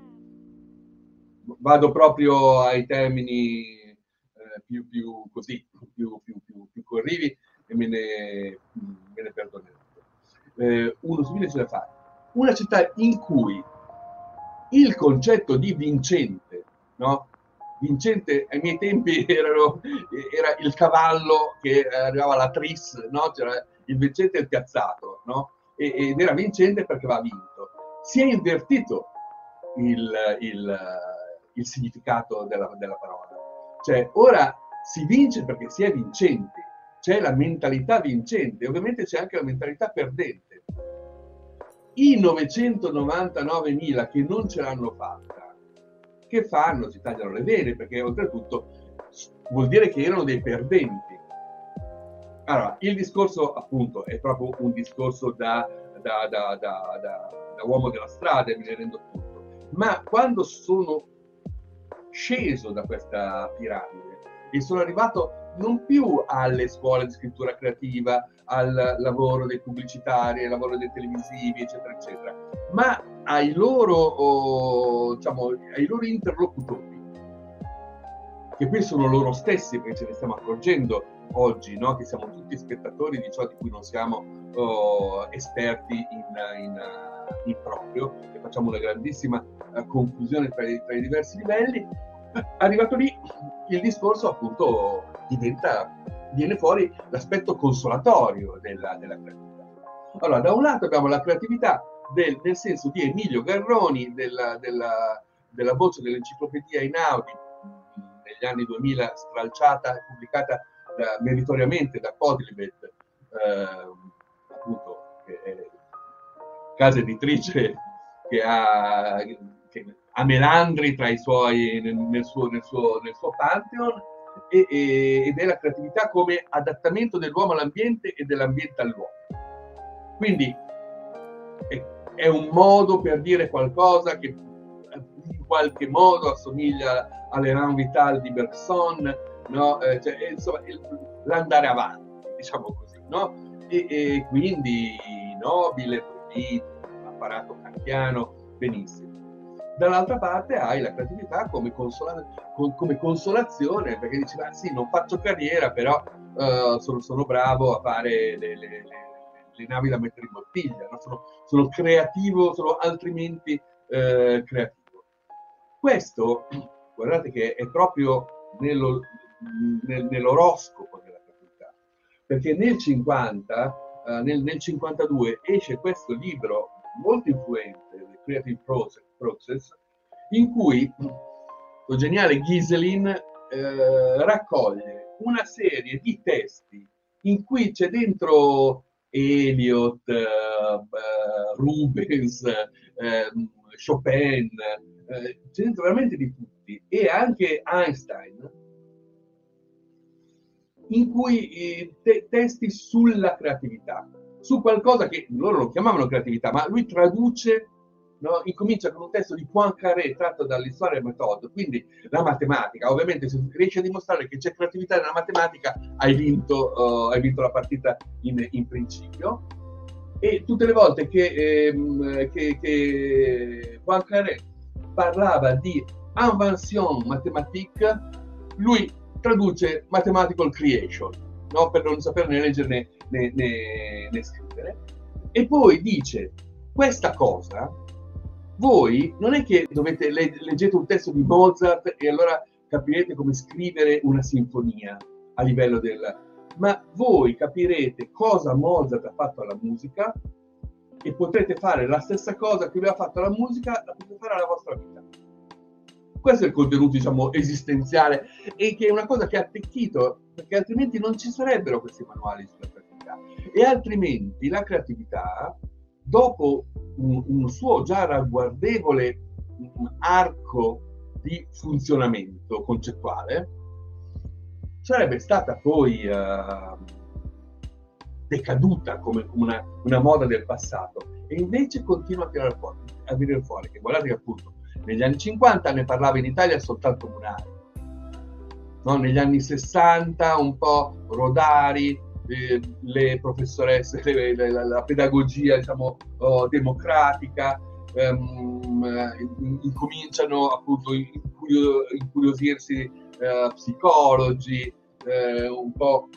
Vado proprio ai termini eh, più, più così, più, più, più, più corrivi, e me ne, me ne perdonerò. Eh, uno su mille ce la fa. Una città in cui il concetto di vincente, no? Vincente ai miei tempi erano, era il cavallo che arrivava alla tris, no? C'era il vincente e il piazzato, no? E, ed era vincente perché aveva vinto. Si è invertito il, il, il significato della, della parola. Cioè, ora si vince perché si è vincenti, c'è la mentalità vincente, ovviamente c'è anche la mentalità perdente. I novecentonovantanovemila che non ce l'hanno fatta, che fanno? Si tagliano le vene, perché oltretutto vuol dire che erano dei perdenti. Allora, il discorso appunto è proprio un discorso da, da, da, da, da, da uomo della strada, e me ne rendo conto. Ma quando sono sceso da questa piramide e sono arrivato non più alle scuole di scrittura creativa, al lavoro dei pubblicitari, al lavoro dei televisivi, eccetera, eccetera, ma ai loro, oh, diciamo, ai loro interlocutori, che poi sono loro stessi, perché ce ne stiamo accorgendo oggi, no? Che siamo tutti spettatori di ciò di cui non siamo oh, esperti in, in, in proprio, e facciamo una grandissima uh, confusione tra i, tra i diversi livelli. Arrivato lì, il discorso appunto diventa, viene fuori l'aspetto consolatorio della, della creatività. Allora, da un lato abbiamo la creatività del, nel senso di Emilio Garroni, della, della, della voce dell'enciclopedia Einaudi, negli anni duemila, stralciata e pubblicata da, meritoriamente da Quodlibet, eh, appunto, che è casa editrice che ha... Che, a Melandri tra i suoi, nel, nel, suo, nel, suo, nel suo pantheon, e, e, ed è la creatività come adattamento dell'uomo all'ambiente e dell'ambiente all'uomo. Quindi è, è un modo per dire qualcosa che in qualche modo assomiglia all'Elan Vital di Bergson, no? Eh, cioè, insomma, l'andare avanti, diciamo così, no? E, e quindi nobile, politico, apparato kantiano, benissimo. Dall'altra parte hai la creatività come, consola, come consolazione, perché dici, ah, sì, non faccio carriera, però uh, sono, sono bravo a fare le, le, le, le navi da mettere in bottiglia, no? sono, sono creativo, sono altrimenti uh, creativo. Questo, guardate che è proprio nello, nel, nell'oroscopo della creatività, perché nel cinquanta, uh, nel, nel cinquantadue esce questo libro molto influente, The Creative Process, Process, in cui lo geniale Ghiselin eh, raccoglie una serie di testi in cui c'è dentro Eliot, eh, Rubens, eh, Chopin, eh, c'è dentro veramente di tutti, e anche Einstein, in cui eh, te- testi sulla creatività, su qualcosa che loro lo chiamavano creatività, ma lui traduce, no? Incomincia con un testo di Poincaré tratto dall'Histoire des méthodes, quindi la matematica. Ovviamente se riesci a dimostrare che c'è creatività nella matematica, hai vinto, uh, hai vinto la partita in, in principio. E tutte le volte che, ehm, che, che Poincaré parlava di invention mathématique, lui traduce mathematical creation, no? Per non sapere né leggere né, né, né, né scrivere, e poi dice questa cosa, voi non è che dovete le, leggete un testo di Mozart e allora capirete come scrivere una sinfonia a livello del, ma voi capirete cosa Mozart ha fatto alla musica e potrete fare la stessa cosa che lui ha fatto alla musica, la potete fare alla vostra vita. Questo è il contenuto, diciamo, esistenziale, e che è una cosa che ha attecchito, perché altrimenti non ci sarebbero questi manuali sulla creatività. E altrimenti la creatività, dopo un, un suo già ragguardevole arco di funzionamento concettuale, sarebbe stata poi uh, decaduta come una, una moda del passato, e invece continua a tirare fuori, a venire fuori. E guardate che appunto negli anni cinquanta ne parlava in Italia soltanto Munari, no? Negli anni sessanta un po' Rodari, eh, le professoresse, le, le, la, la pedagogia, diciamo, oh, democratica, ehm, incominciano appunto a incurio, incuriosirsi eh, psicologi, eh, un po'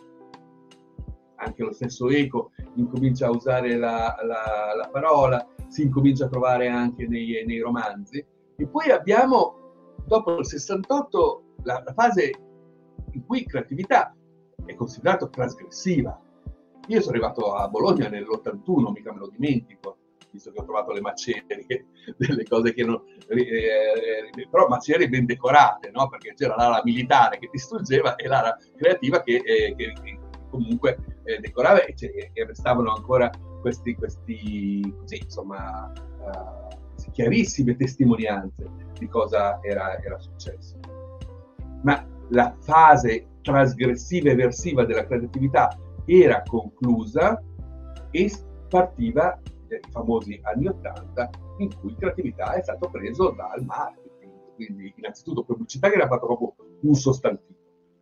anche lo stesso Eco incomincia a usare la, la, la parola, si incomincia a trovare anche nei, nei romanzi. E poi abbiamo, dopo il sessantotto, la, la fase in cui creatività è considerata trasgressiva. Io sono arrivato a Bologna nell'ottantuno, mica me lo dimentico, visto che ho trovato le macerie, delle cose che non... Eh, eh, però macerie ben decorate, no? Perché c'era l'ala militare che distruggeva e l'ala creativa che, eh, che, che comunque eh, decorava, e, e restavano ancora questi, questi così, insomma... Uh, chiarissime testimonianze di cosa era, era successo. Ma la fase trasgressiva e eversiva della creatività era conclusa e partiva dai famosi anni ottanta, in cui creatività è stato preso dal marketing, quindi innanzitutto pubblicità, che era fatto proprio un sostantivo,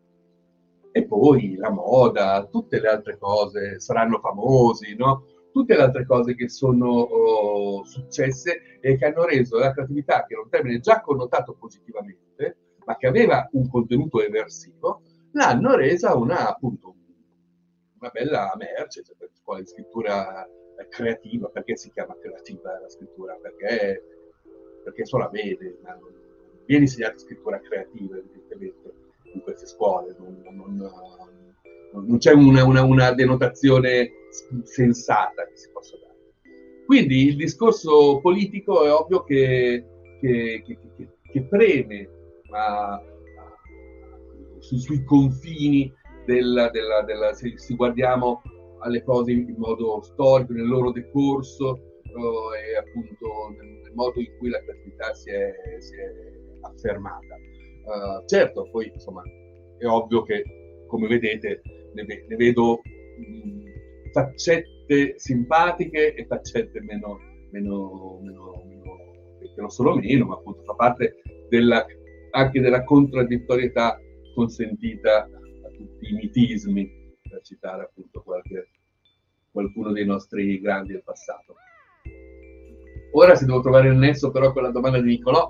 e poi la moda, tutte le altre cose saranno famosi, no? Tutte le altre cose che sono oh, successe e che hanno reso la creatività, che era un termine già connotato positivamente, ma che aveva un contenuto eversivo, l'hanno resa una, appunto, una bella merce, cioè, per scuola di scrittura creativa. Perché si chiama creativa la scrittura? Perché, perché solo la vede, ma non viene insegnata scrittura creativa, evidentemente, in queste scuole. Non, non, non, non c'è una, una, una denotazione sensata che si possa dare. Quindi il discorso politico è ovvio che, che, che, che, che preme ma, su, sui confini della, della, della se, se guardiamo alle cose in modo storico, nel loro decorso, uh, e appunto nel, nel modo in cui la creatività si è, si è affermata. Uh, certo, poi insomma è ovvio che, come vedete, ne, ne vedo mh, faccette simpatiche e faccette meno, meno, meno, meno, che non solo meno, ma appunto fa parte della, anche della contraddittorietà consentita a tutti i mitismi, per citare appunto qualche, qualcuno dei nostri grandi del passato. Ora, se devo trovare il nesso però con la domanda di Nicolò,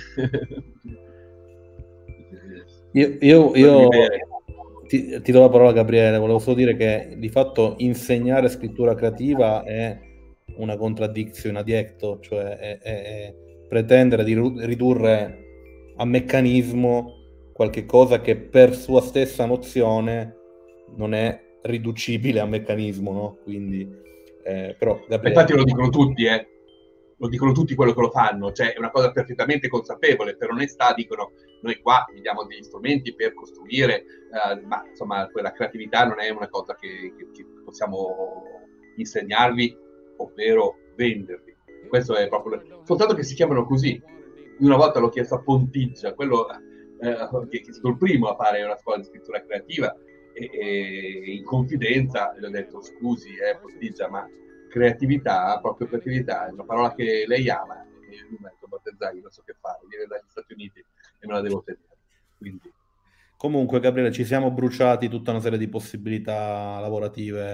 io, io, io ti, ti do la parola, Gabriele. Volevo solo dire che di fatto insegnare scrittura creativa è una contraddizione ad ecto, cioè è, è, è pretendere di ridurre a meccanismo qualche cosa che per sua stessa nozione non è riducibile a meccanismo, no? Quindi, eh, però, Gabriele... Infatti lo dicono tutti, eh. Lo dicono tutti quello che lo fanno, cioè è una cosa perfettamente consapevole. Per onestà dicono: noi qua vi diamo degli strumenti per costruire, uh, ma insomma quella creatività non è una cosa che, che, che possiamo insegnarvi, ovvero vendervi. Questo è proprio, soltanto che si chiamano così. Una volta l'ho chiesto a Pontiggia, quello eh, che è stato il primo a fare una scuola di scrittura creativa, e, e in confidenza gli ho detto: scusi, eh, Pontiggia, ma creatività, proprio creatività, è una parola che lei ama, e io mi metto a battezzare, non so che fare, viene dagli Stati Uniti e me la devo tenere. Quindi. Comunque, Gabriele, ci siamo bruciati tutta una serie di possibilità lavorative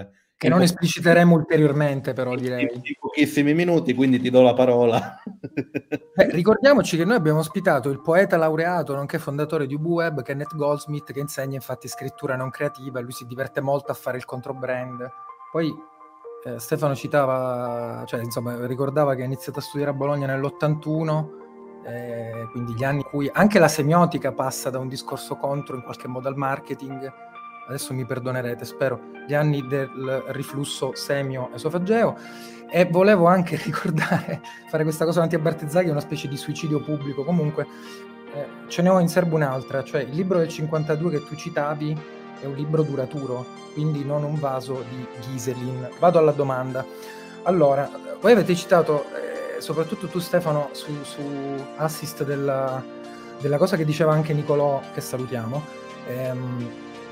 Che non espliciteremo ulteriormente, però, direi. In pochissimi minuti, quindi ti do la parola. Beh, ricordiamoci che noi abbiamo ospitato il poeta laureato, nonché fondatore di UbuWeb, Kenneth Goldsmith, che insegna infatti scrittura non creativa, e lui si diverte molto a fare il controbrand. Poi eh, Stefano citava, cioè insomma, ricordava che ha iniziato a studiare a Bologna nell'ottantuno, eh, quindi gli anni in cui anche la semiotica passa da un discorso contro in qualche modo al marketing. Adesso mi perdonerete, spero, gli anni del riflusso semio-esofageo. E volevo anche ricordare, fare questa cosa davanti a Bartezzaghi è una specie di suicidio pubblico. Comunque eh, ce ne ho in serbo un'altra, cioè il libro del cinquantadue che tu citavi è un libro duraturo, quindi non un vaso di Ghiselin. Vado alla domanda. Allora, voi avete citato, eh, soprattutto tu Stefano, su, su assist della, della cosa che diceva anche Nicolò, che salutiamo, ehm,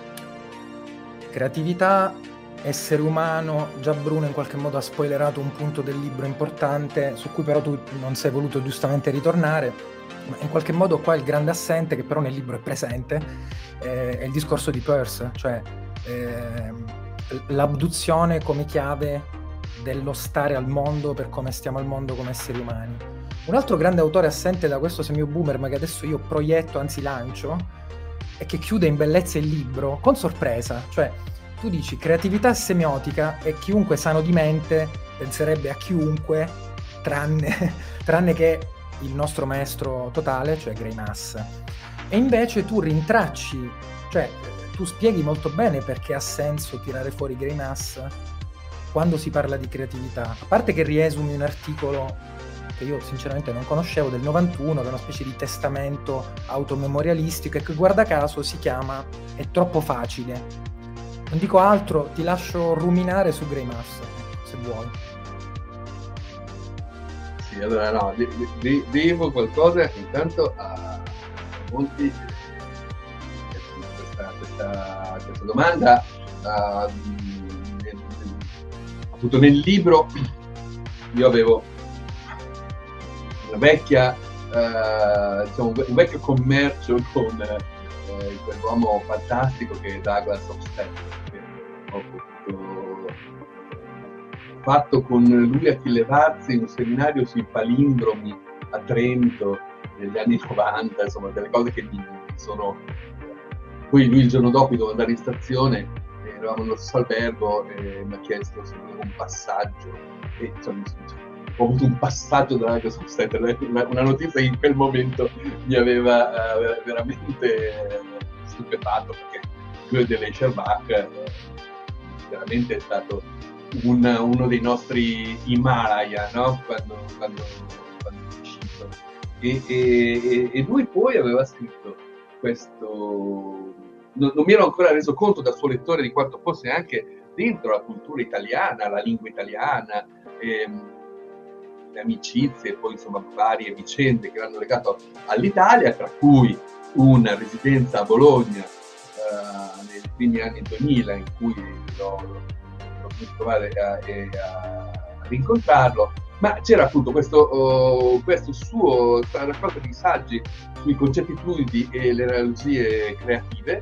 creatività, essere umano. Già Bruno in qualche modo ha spoilerato un punto del libro importante, su cui però tu non sei voluto giustamente ritornare, ma in qualche modo qua il grande assente, che però nel libro è presente, eh, è il discorso di Peirce, cioè eh, l'abduzione come chiave dello stare al mondo per come stiamo al mondo come esseri umani. Un altro grande autore assente da questo semio-boomer, ma che adesso io proietto, anzi lancio, e che chiude in bellezza il libro con sorpresa, cioè tu dici creatività semiotica e chiunque sano di mente penserebbe a chiunque tranne, tranne che il nostro maestro totale, cioè Gray Mass, e invece tu rintracci, cioè tu spieghi molto bene perché ha senso tirare fuori Gray Mass quando si parla di creatività, a parte che riesumi un articolo che io sinceramente non conoscevo, del novantuno, che è una specie di testamento automemorialistico e che guarda caso si chiama È troppo facile. Non dico altro, ti lascio ruminare su Gray Mass, se vuoi. Sì, allora no, de- de- devo qualcosa intanto a Monti questa, questa, questa domanda. Uh, nel, appunto nel libro io avevo una vecchia, uh, diciamo, un vecchio commercio con eh, quell'uomo fantastico che è Douglas Hofstadter, che ho potuto, fatto con lui a Achille Varzi un seminario sui palindromi a Trento negli anni novanta, insomma delle cose che mi sono... Poi lui il giorno dopo dovevo andare in stazione, eravamo nello stesso albergo e mi ha chiesto se volevo un passaggio e insomma ho avuto un passaggio da una, una notizia che in quel momento mi aveva uh, veramente stupefatto, perché Guy de Lescherbach eh, veramente è stato un, uno dei nostri Himalaya, no? quando, quando, quando è uscito, e, e, e lui poi aveva scritto questo, non, non mi ero ancora reso conto da suo lettore di quanto fosse anche dentro la cultura italiana, la lingua italiana, ehm, le amicizie e poi insomma varie vicende che l'hanno legato all'Italia, tra cui una residenza a Bologna eh, nei primi anni duemila in cui l'ho, l'ho potuto trovare a, a, a rincontrarlo, ma c'era appunto questo, uh, questo suo raccolta di saggi sui concetti fluidi e le analogie creative,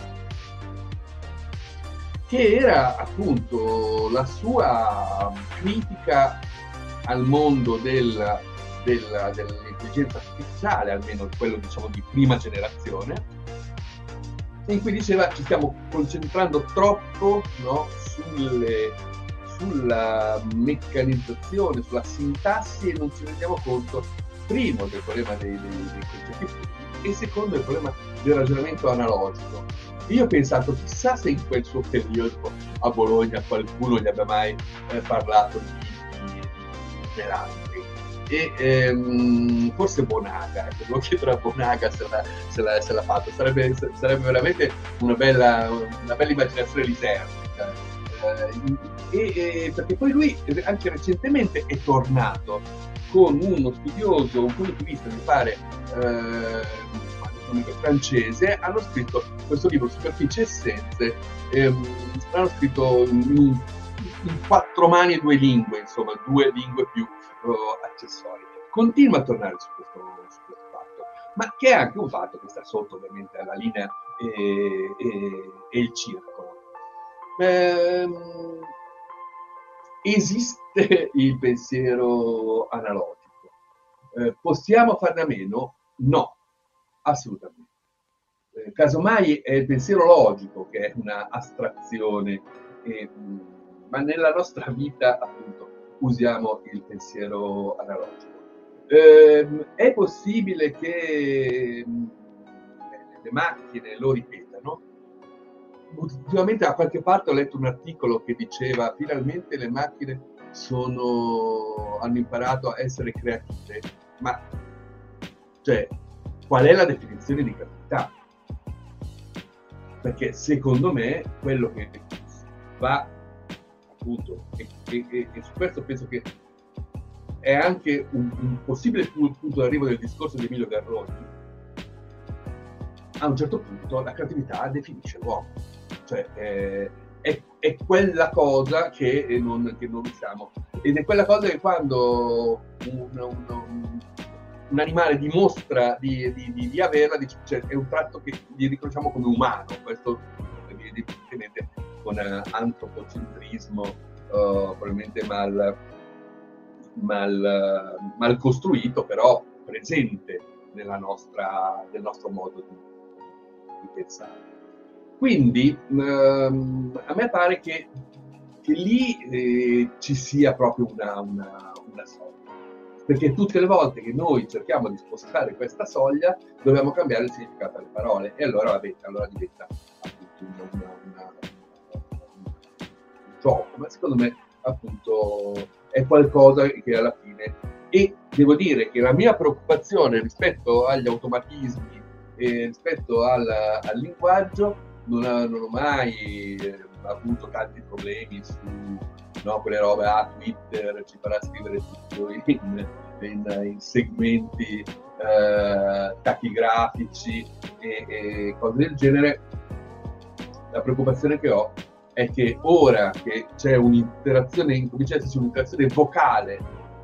che era appunto la sua critica al mondo del, del, dell'intelligenza artificiale, almeno quello diciamo di prima generazione, in cui diceva ci stiamo concentrando troppo, no, sulle, sulla meccanizzazione, sulla sintassi, e non ci rendiamo conto, primo, del problema dei, dei, dei concetti fluidi e secondo il problema del ragionamento analogico. Io ho pensato, chissà se in quel suo periodo a Bologna qualcuno gli abbia mai eh, parlato di Melandri, e ehm, forse Bonaga, ecco, devo chiedere a Bonaga se l'ha, se l'ha, se l'ha fatto, sarebbe, sarebbe veramente una bella, una bella immaginazione lisergica, eh, e, e, perché poi lui anche recentemente è tornato con uno studioso, un punto di vista mi pare eh, francese, hanno scritto questo libro Superfici e Essenze, ehm, l'hanno scritto in in quattro mani e due lingue, insomma, due lingue più uh, accessorie. Continua a tornare su questo, su questo fatto, ma che è anche un fatto che sta sotto ovviamente alla linea e, e, e il circolo. Ehm, esiste il pensiero analogico. Eh, possiamo farne a meno? No, assolutamente. Eh, casomai è il pensiero logico che è una astrazione, eh, ma nella nostra vita appunto usiamo il pensiero analogico. Eh, è possibile che le macchine lo ripetano? Ultimamente a qualche parte ho letto un articolo che diceva finalmente le macchine sono, hanno imparato a essere creative, ma cioè, qual è la definizione di creatività? Perché secondo me quello che va appunto, e, e, e su questo penso che è anche un, un possibile punto d'arrivo del discorso di Emilio Garroni, a un certo punto la creatività definisce l'uomo, cioè è, è, è quella cosa che non, che non riusciamo, ed è quella cosa che quando un, un, un animale dimostra di, di, di, di averla, cioè è un tratto che gli riconosciamo come umano. Questo evidentemente con uh, antropocentrismo uh, probabilmente mal, mal, uh, mal costruito, però presente nella nostra, nel nostro modo di, di pensare. Quindi um, a me pare che, che lì eh, ci sia proprio una, una, una soglia, perché tutte le volte che noi cerchiamo di spostare questa soglia dobbiamo cambiare il significato delle parole, e allora, vabbè, allora diventa appunto una, una, una, un gioco, ma secondo me appunto è qualcosa che alla fine, e devo dire che la mia preoccupazione rispetto agli automatismi e rispetto al, al linguaggio non, ha, non ho mai eh, avuto tanti problemi su, no, quelle robe, ah, Twitter ci farà scrivere tutto in, in, in segmenti eh, tachigrafici e, e cose del genere. La preoccupazione che ho è che ora che c'è un'interazione, comincia ad esserci un'interazione vocale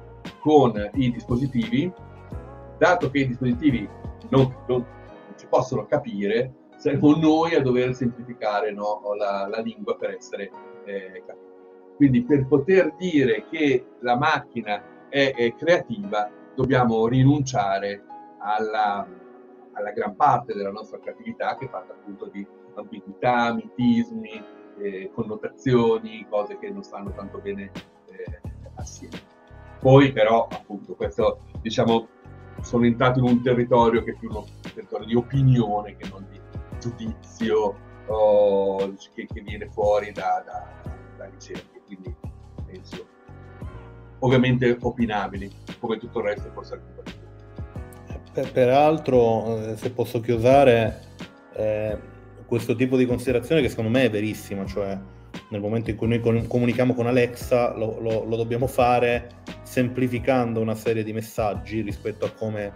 con i dispositivi, dato che i dispositivi non, non, non ci possono capire, saremo noi a dover semplificare, no, la, la lingua per essere eh, capiti. Quindi per poter dire che la macchina è, è creativa dobbiamo rinunciare alla, alla gran parte della nostra creatività, che è fatta appunto di ambiguità, mitismi, eh, connotazioni, cose che non stanno tanto bene eh, assieme. Poi però appunto questo, diciamo, sono entrato in un territorio che è più uno territorio di opinione che non di giudizio oh, che, che viene fuori da, da, da ricerche, quindi penso ovviamente opinabili, come tutto il resto forse anche un po' per, peraltro eh, se posso chiosare eh, questo tipo di considerazione, che secondo me è verissima, cioè nel momento in cui noi con, comunichiamo con Alexa lo, lo, lo dobbiamo fare semplificando una serie di messaggi rispetto a come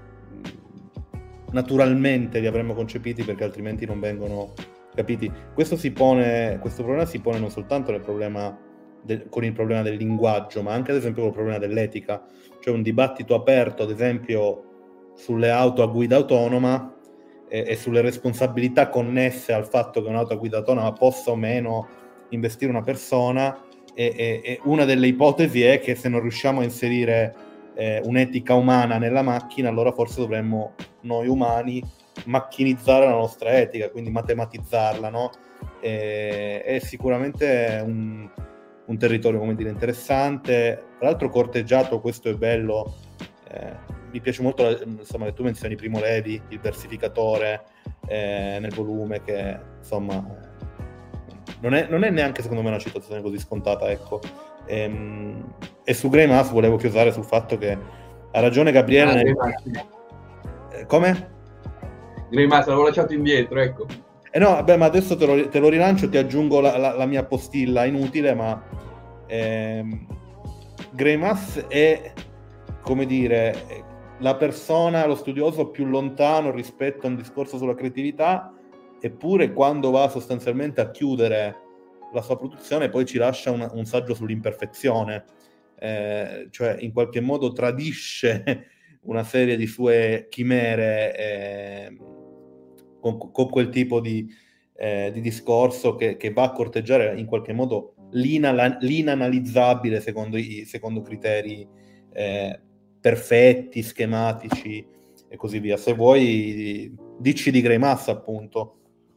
naturalmente li avremmo concepiti, perché altrimenti non vengono capiti. Questo si pone, questo problema si pone non soltanto nel problema del, con il problema del linguaggio, ma anche ad esempio con il problema dell'etica. C'è un dibattito aperto ad esempio sulle auto a guida autonoma e, e sulle responsabilità connesse al fatto che un'auto a guida autonoma possa o meno investire una persona, e, e, e una delle ipotesi è che se non riusciamo a inserire eh, un'etica umana nella macchina, allora forse dovremmo noi umani macchinizzare la nostra etica, quindi matematizzarla, no? E, è sicuramente un, un territorio, come dire, interessante, tra l'altro corteggiato, questo è bello, eh, mi piace molto, insomma, che tu menzioni Primo Levi, il versificatore eh, nel volume, che insomma non è, non è neanche secondo me una citazione così scontata, ecco. E, e su Gray Mass volevo chiusare sul fatto che ha ragione Gabriele. Ah, nel... eh, come? Gray Mass l'avevo lasciato indietro, ecco. Eh no, vabbè, ma adesso te lo, te lo rilancio, ti aggiungo la, la, la mia postilla inutile, ma ehm, Gray Mass è, come dire, la persona, lo studioso più lontano rispetto a un discorso sulla creatività, eppure quando va sostanzialmente a chiudere la sua produzione poi ci lascia una, un saggio sull'imperfezione, eh, cioè in qualche modo tradisce una serie di sue chimere eh, con, con quel tipo di, eh, di discorso che, che va a corteggiare in qualche modo l'ina- l'inanalizzabile secondo, i, secondo criteri eh, perfetti, schematici e così via. Se vuoi, dici di Grey Mass, appunto.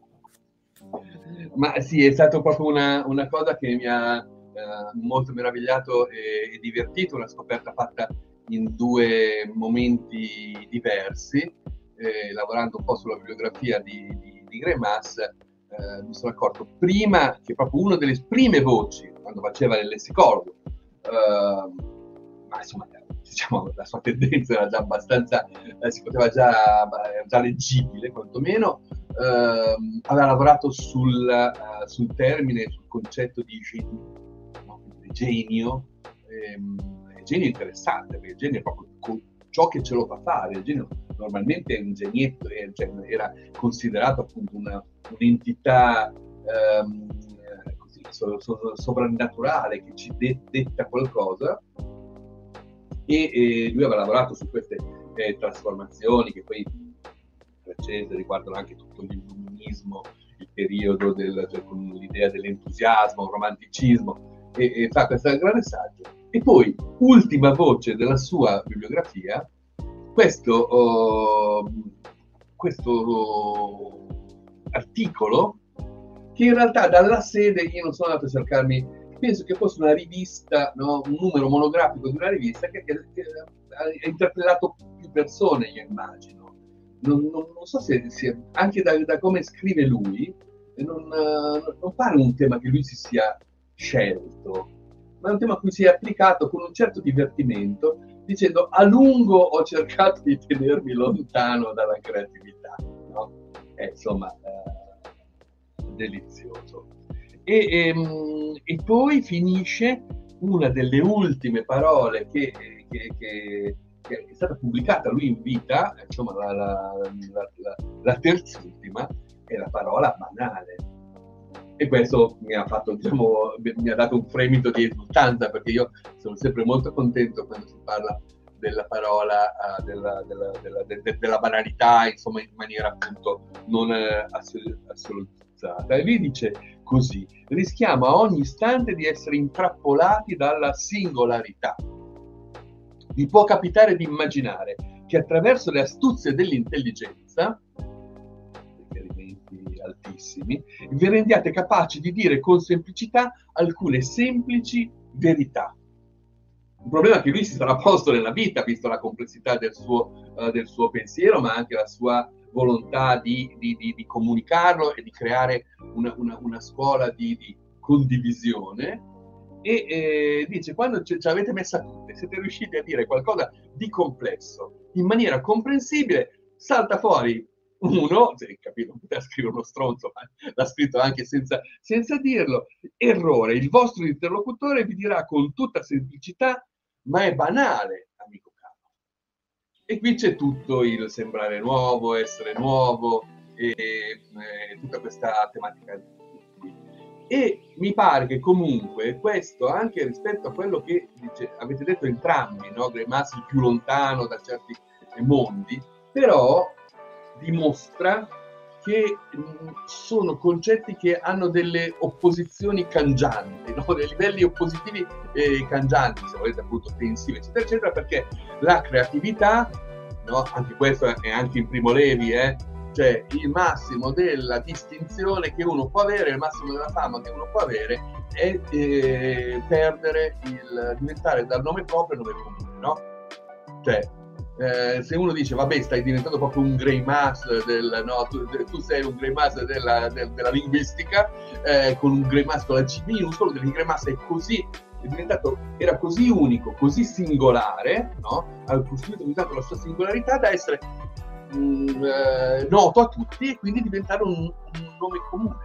Ma sì, è stata proprio una, una cosa che mi ha eh, molto meravigliato e, e divertito, una scoperta fatta in due momenti diversi, eh, lavorando un po' sulla bibliografia di, di, di Grey Mass. Eh, mi sono accorto prima che proprio una delle prime voci, quando faceva il lessicologo, eh, ma insomma, diciamo, la sua tendenza era già abbastanza, eh, si poteva già, già leggibile quantomeno, eh, aveva lavorato sul, uh, sul termine, sul concetto di genio, no? Di genio, ehm, genio interessante, perché il genio è proprio ciò che ce lo fa fare. Il genio normalmente è un genietto, eh, cioè era considerato appunto una, un'entità ehm, così, so, so, sovrannaturale che ci de- detta qualcosa, e eh, lui aveva lavorato su queste eh, trasformazioni che poi francese riguardano anche tutto l'illuminismo, il periodo del, cioè, con l'idea dell'entusiasmo, il romanticismo, e, e fa questo grande saggio. E poi, ultima voce della sua bibliografia, questo, oh, questo oh, articolo, che in realtà dalla sede io non sono andato a cercarmi, penso che fosse una rivista, no? Un numero monografico di una rivista che, che, che ha interpellato più persone, io immagino. Non, non, non so se, se anche da, da come scrive lui, non, non pare un tema che lui si sia scelto, ma è un tema a cui si è applicato con un certo divertimento, dicendo: a lungo ho cercato di tenermi lontano dalla creatività, no? È insomma eh, delizioso. E, e, e poi finisce una delle ultime parole che, che, che, che è stata pubblicata lui in vita, insomma la, la, la, la, la terz'ultima, è la parola banale. E questo mi ha fatto, diciamo, mi ha dato un fremito di esultanza, perché io sono sempre molto contento quando si parla della parola, uh, della, della, della, de, de, della banalità, insomma, in maniera appunto non eh, assolutizzata. E lui dice così: rischiamo a ogni istante di essere intrappolati dalla singolarità. Vi può capitare di immaginare che attraverso le astuzie dell'intelligenza, riferimenti altissimi, vi rendiate capaci di dire con semplicità alcune semplici verità. Un problema che lui si sarà posto nella vita, visto la complessità del suo, uh, del suo pensiero, ma anche la sua volontà di, di, di, di comunicarlo e di creare una, una, una scuola di, di condivisione. E eh, dice: quando ce, ce l'avete messa tutte, siete riusciti a dire qualcosa di complesso in maniera comprensibile, salta fuori uno, se capito, non poteva scrivere uno stronzo, ma l'ha scritto anche senza, senza dirlo: errore, il vostro interlocutore vi dirà con tutta semplicità: ma è banale, amico caro. E qui c'è tutto il sembrare nuovo, essere nuovo, e, e tutta questa tematica qui. E mi pare che comunque questo, anche rispetto a quello che dice, avete detto entrambi, no? Grey Mass il più lontano da certi mondi, però dimostra che mh, sono concetti che hanno delle opposizioni cangianti, no? Dei livelli oppositivi eh, cangianti, se volete, appunto tensivi, eccetera, eccetera, perché la creatività, no? Anche questo è anche in Primo Levi, eh? Cioè il massimo della distinzione che uno può avere, il massimo della fama che uno può avere è eh, perdere il diventare dal nome proprio nome comune, no? Cioè Eh, se uno dice vabbè stai diventando proprio un Grey Mass del, no, tu, tu sei un Grey Mass della, del, della linguistica, eh, con un Grey Mass con la C minuscola, del Grey Mass è così, è diventato, era così unico, così singolare, no? Ha diventato la sua singolarità da essere mh, eh, noto a tutti e quindi diventare un, un nome comune.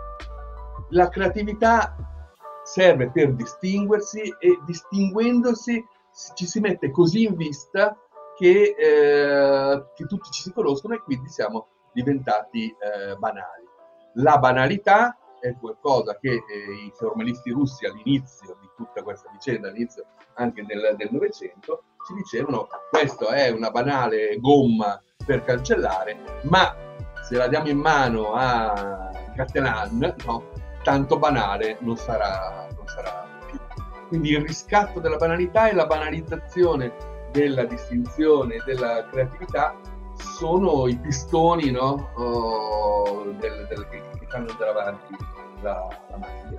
La creatività serve per distinguersi, e distinguendosi ci si mette così in vista Che, eh, che tutti ci si conoscono e quindi siamo diventati eh, banali. La banalità è qualcosa che eh, i formalisti russi all'inizio di tutta questa vicenda, all'inizio anche del, del Novecento, ci dicevano: questo è una banale gomma per cancellare, ma se la diamo in mano a Catalan, no, tanto banale non sarà, non non sarà più. Quindi il riscatto della banalità e la banalizzazione della distinzione, della creatività sono i pistoni, no? Oh, del, del, che, che fanno andare avanti la, la macchina.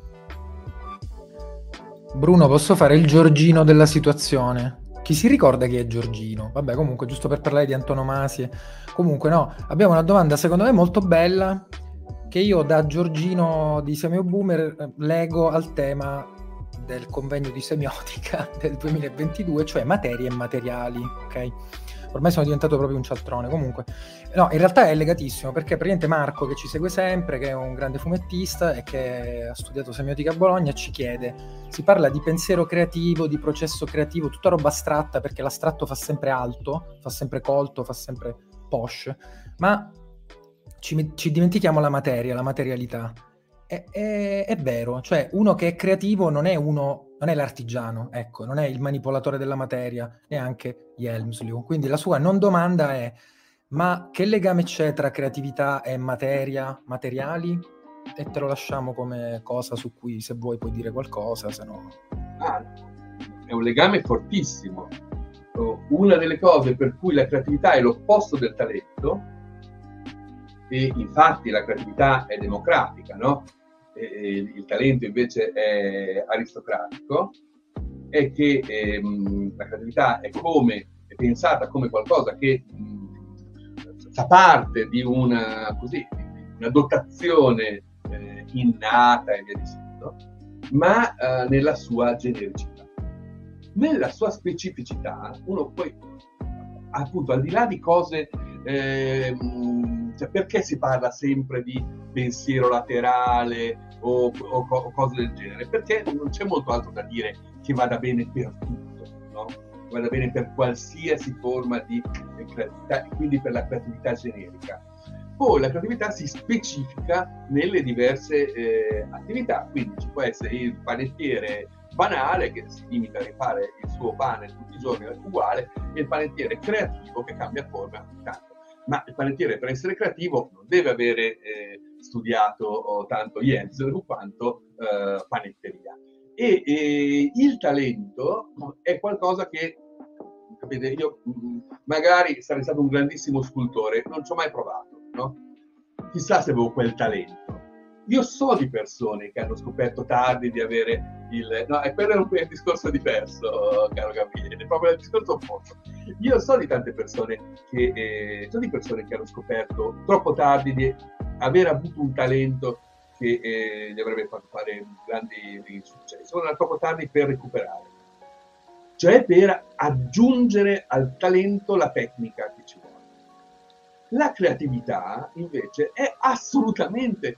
Bruno, posso fare il Giorgino della situazione? Chi si ricorda chi è Giorgino? Vabbè, comunque, giusto per parlare di antonomasie. Comunque, no, abbiamo una domanda secondo me molto bella che io da Giorgino di Semio Boomer leggo al tema del convegno di semiotica del duemilaventidue, cioè materie e materiali, ok? Ormai sono diventato proprio un cialtrone. Comunque, no, in realtà è legatissimo, perché praticamente Marco, che ci segue sempre, che è un grande fumettista e che ha studiato semiotica a Bologna, ci chiede, si parla di pensiero creativo, di processo creativo, tutta roba astratta, perché l'astratto fa sempre alto, fa sempre colto, fa sempre posh, ma ci, ci dimentichiamo la materia, la materialità. È, è, è vero, cioè uno che è creativo non è uno, non è l'artigiano, ecco, non è il manipolatore della materia, neanche Hjelmslew. Quindi la sua non domanda è: ma che legame c'è tra creatività e materia, materiali? E te lo lasciamo come cosa su cui, se vuoi, puoi dire qualcosa, se no... Ah, è un legame fortissimo. Una delle cose per cui la creatività è l'opposto del talento, e infatti la creatività è democratica, no? E il talento invece è aristocratico, è che ehm, la creatività è come è pensata come qualcosa che mh, fa parte di una, così, una dotazione eh, innata e via dicendo, ma eh, nella sua genericità. Nella sua specificità, uno poi, appunto, al di là di cose, eh, cioè perché si parla sempre di pensiero laterale o, o, o cose del genere? Perché non c'è molto altro da dire che vada bene per tutto, no? Vada bene per qualsiasi forma di creatività, e quindi per la creatività generica. Poi la creatività si specifica nelle diverse eh, attività, quindi ci può essere il panettiere banale che si limita a rifare il suo pane tutti i giorni uguale, e il panettiere creativo che cambia forma ogni tanto. Ma il panettiere, per essere creativo, non deve avere eh, studiato oh, tanto Hjelmslew quanto eh, panetteria. E, e il talento è qualcosa che, capite, io mh, magari sarei stato un grandissimo scultore, non ci ho mai provato, no? Chissà se avevo quel talento. Io so di persone che hanno scoperto tardi di avere il... No, e quello è un, è un discorso diverso, caro Gabriele, è proprio il discorso opposto. Io so di tante persone che... Eh, so di persone che hanno scoperto troppo tardi di aver avuto un talento che eh, gli avrebbe fatto fare grandi successi. Sono troppo tardi per recuperare. Cioè per aggiungere al talento la tecnica che ci vuole. La creatività, invece, è assolutamente...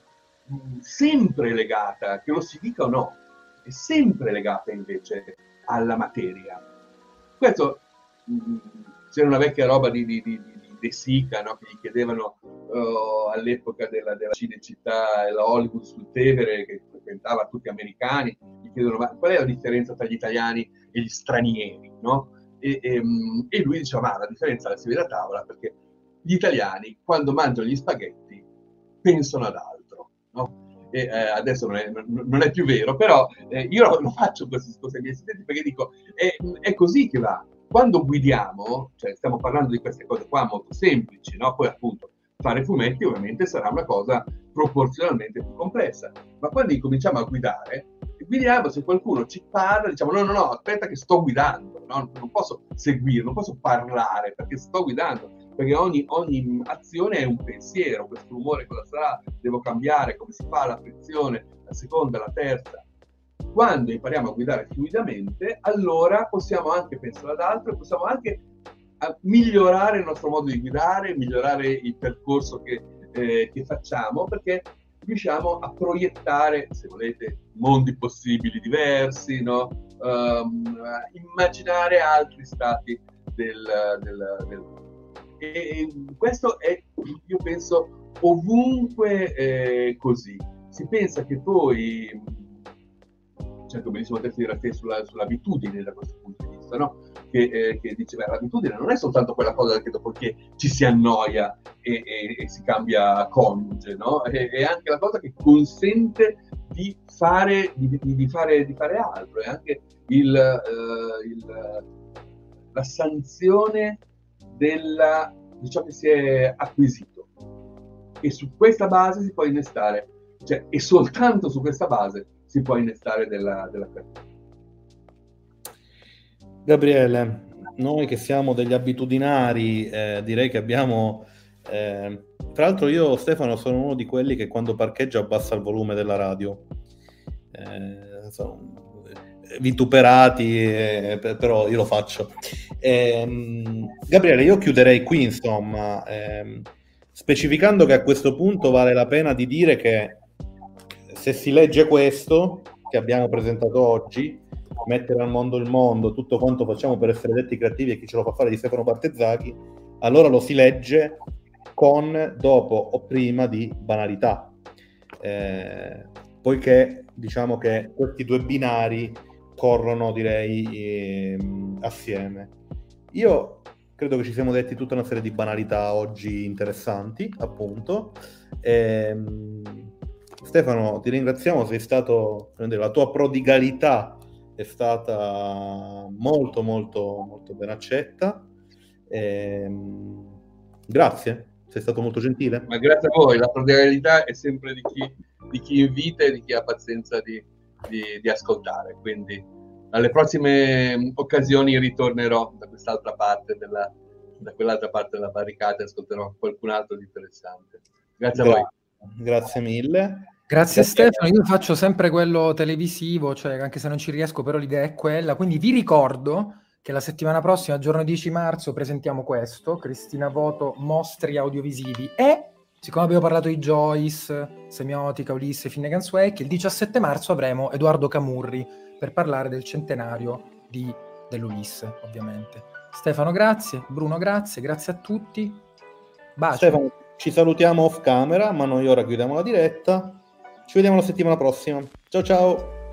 sempre legata, che lo si dica o no, è sempre legata invece alla materia. Questo mh, c'era una vecchia roba di, di, di, di De Sica, no? Che gli chiedevano uh, all'epoca della, della Cinecittà e la Hollywood sul Tevere, che frequentava tutti americani, gli chiedono: ma qual è la differenza tra gli italiani e gli stranieri, no? E, e, e lui diceva: ma la differenza la si vede a tavola, perché gli italiani quando mangiano gli spaghetti pensano ad altro. No? E, eh, adesso non è, non è più vero, però eh, io lo faccio questo discorso ai miei studenti, perché dico è, è così che va. Quando guidiamo, cioè stiamo parlando di queste cose qua molto semplici, no? Poi appunto fare fumetti ovviamente sarà una cosa proporzionalmente più complessa, ma quando incominciamo a guidare, guidiamo, se qualcuno ci parla diciamo no no no aspetta che sto guidando, no? Non posso seguire, non posso parlare perché sto guidando, perché ogni, ogni azione è un pensiero, questo rumore cosa sarà, devo cambiare, come si fa la frizione, la seconda, la terza. Quando impariamo a guidare fluidamente, allora possiamo anche pensare ad altro e possiamo anche migliorare il nostro modo di guidare, migliorare il percorso che, eh, che facciamo, perché riusciamo a proiettare, se volete, mondi possibili diversi, no? Um, immaginare altri stati del, del, del mondo. E questo è, io penso, ovunque eh, così. Si pensa che poi, c'è anche un bellissimo testo di Raffè sulla, sull'abitudine da questo punto di vista, no? Che, eh, che dice, beh, l'abitudine non è soltanto quella cosa che dopo che ci si annoia e, e, e si cambia coniuge, no? È, è anche la cosa che consente di fare, di, di fare, di fare altro, è anche il, eh, il, la sanzione della, di ciò che si è acquisito, e su questa base si può innestare, cioè, e soltanto su questa base si può innestare della, della creatività. Gabriele, noi che siamo degli abitudinari, eh, direi che abbiamo... Eh, tra l'altro io, Stefano, sono uno di quelli che quando parcheggia abbassa il volume della radio. Eh, sono vituperati, eh, però io lo faccio. Eh, Gabriele, io chiuderei qui, insomma, eh, specificando che a questo punto vale la pena di dire che se si legge questo che abbiamo presentato oggi, mettere al mondo il mondo, tutto quanto facciamo per essere detti creativi e chi ce lo fa fare di Stefano Bartezzacchi, allora lo si legge con dopo o prima di banalità, eh, poiché diciamo che questi due binari corrono, direi, eh, assieme. Io credo che ci siamo detti tutta una serie di banalità oggi interessanti, appunto. E, Stefano, ti ringraziamo, sei stato, la tua prodigalità è stata molto molto molto ben accetta. E, grazie, sei stato molto gentile. Ma grazie a voi, la prodigalità è sempre di chi, di chi invita e di chi ha pazienza di, di, di ascoltare, quindi alle prossime occasioni ritornerò da quest'altra parte della, da quell'altra parte della barricata e ascolterò qualcun altro di interessante. Grazie Gra- a voi. Grazie mille. Grazie Stefano, io faccio sempre quello televisivo, cioè anche se non ci riesco, però l'idea è quella, quindi vi ricordo che la settimana prossima, giorno dieci marzo, presentiamo questo, Cristina Voto, mostri audiovisivi, e siccome abbiamo parlato di Joyce, Semiotica, Ulisse, Finnegan Wake, il diciassette marzo avremo Edoardo Camurri per parlare del centenario di, dell'Ulisse, ovviamente. Stefano, grazie, Bruno, grazie, grazie a tutti. Bacio. Stefano, ci salutiamo off camera, ma noi ora chiudiamo la diretta. Ci vediamo la settimana prossima. Ciao ciao!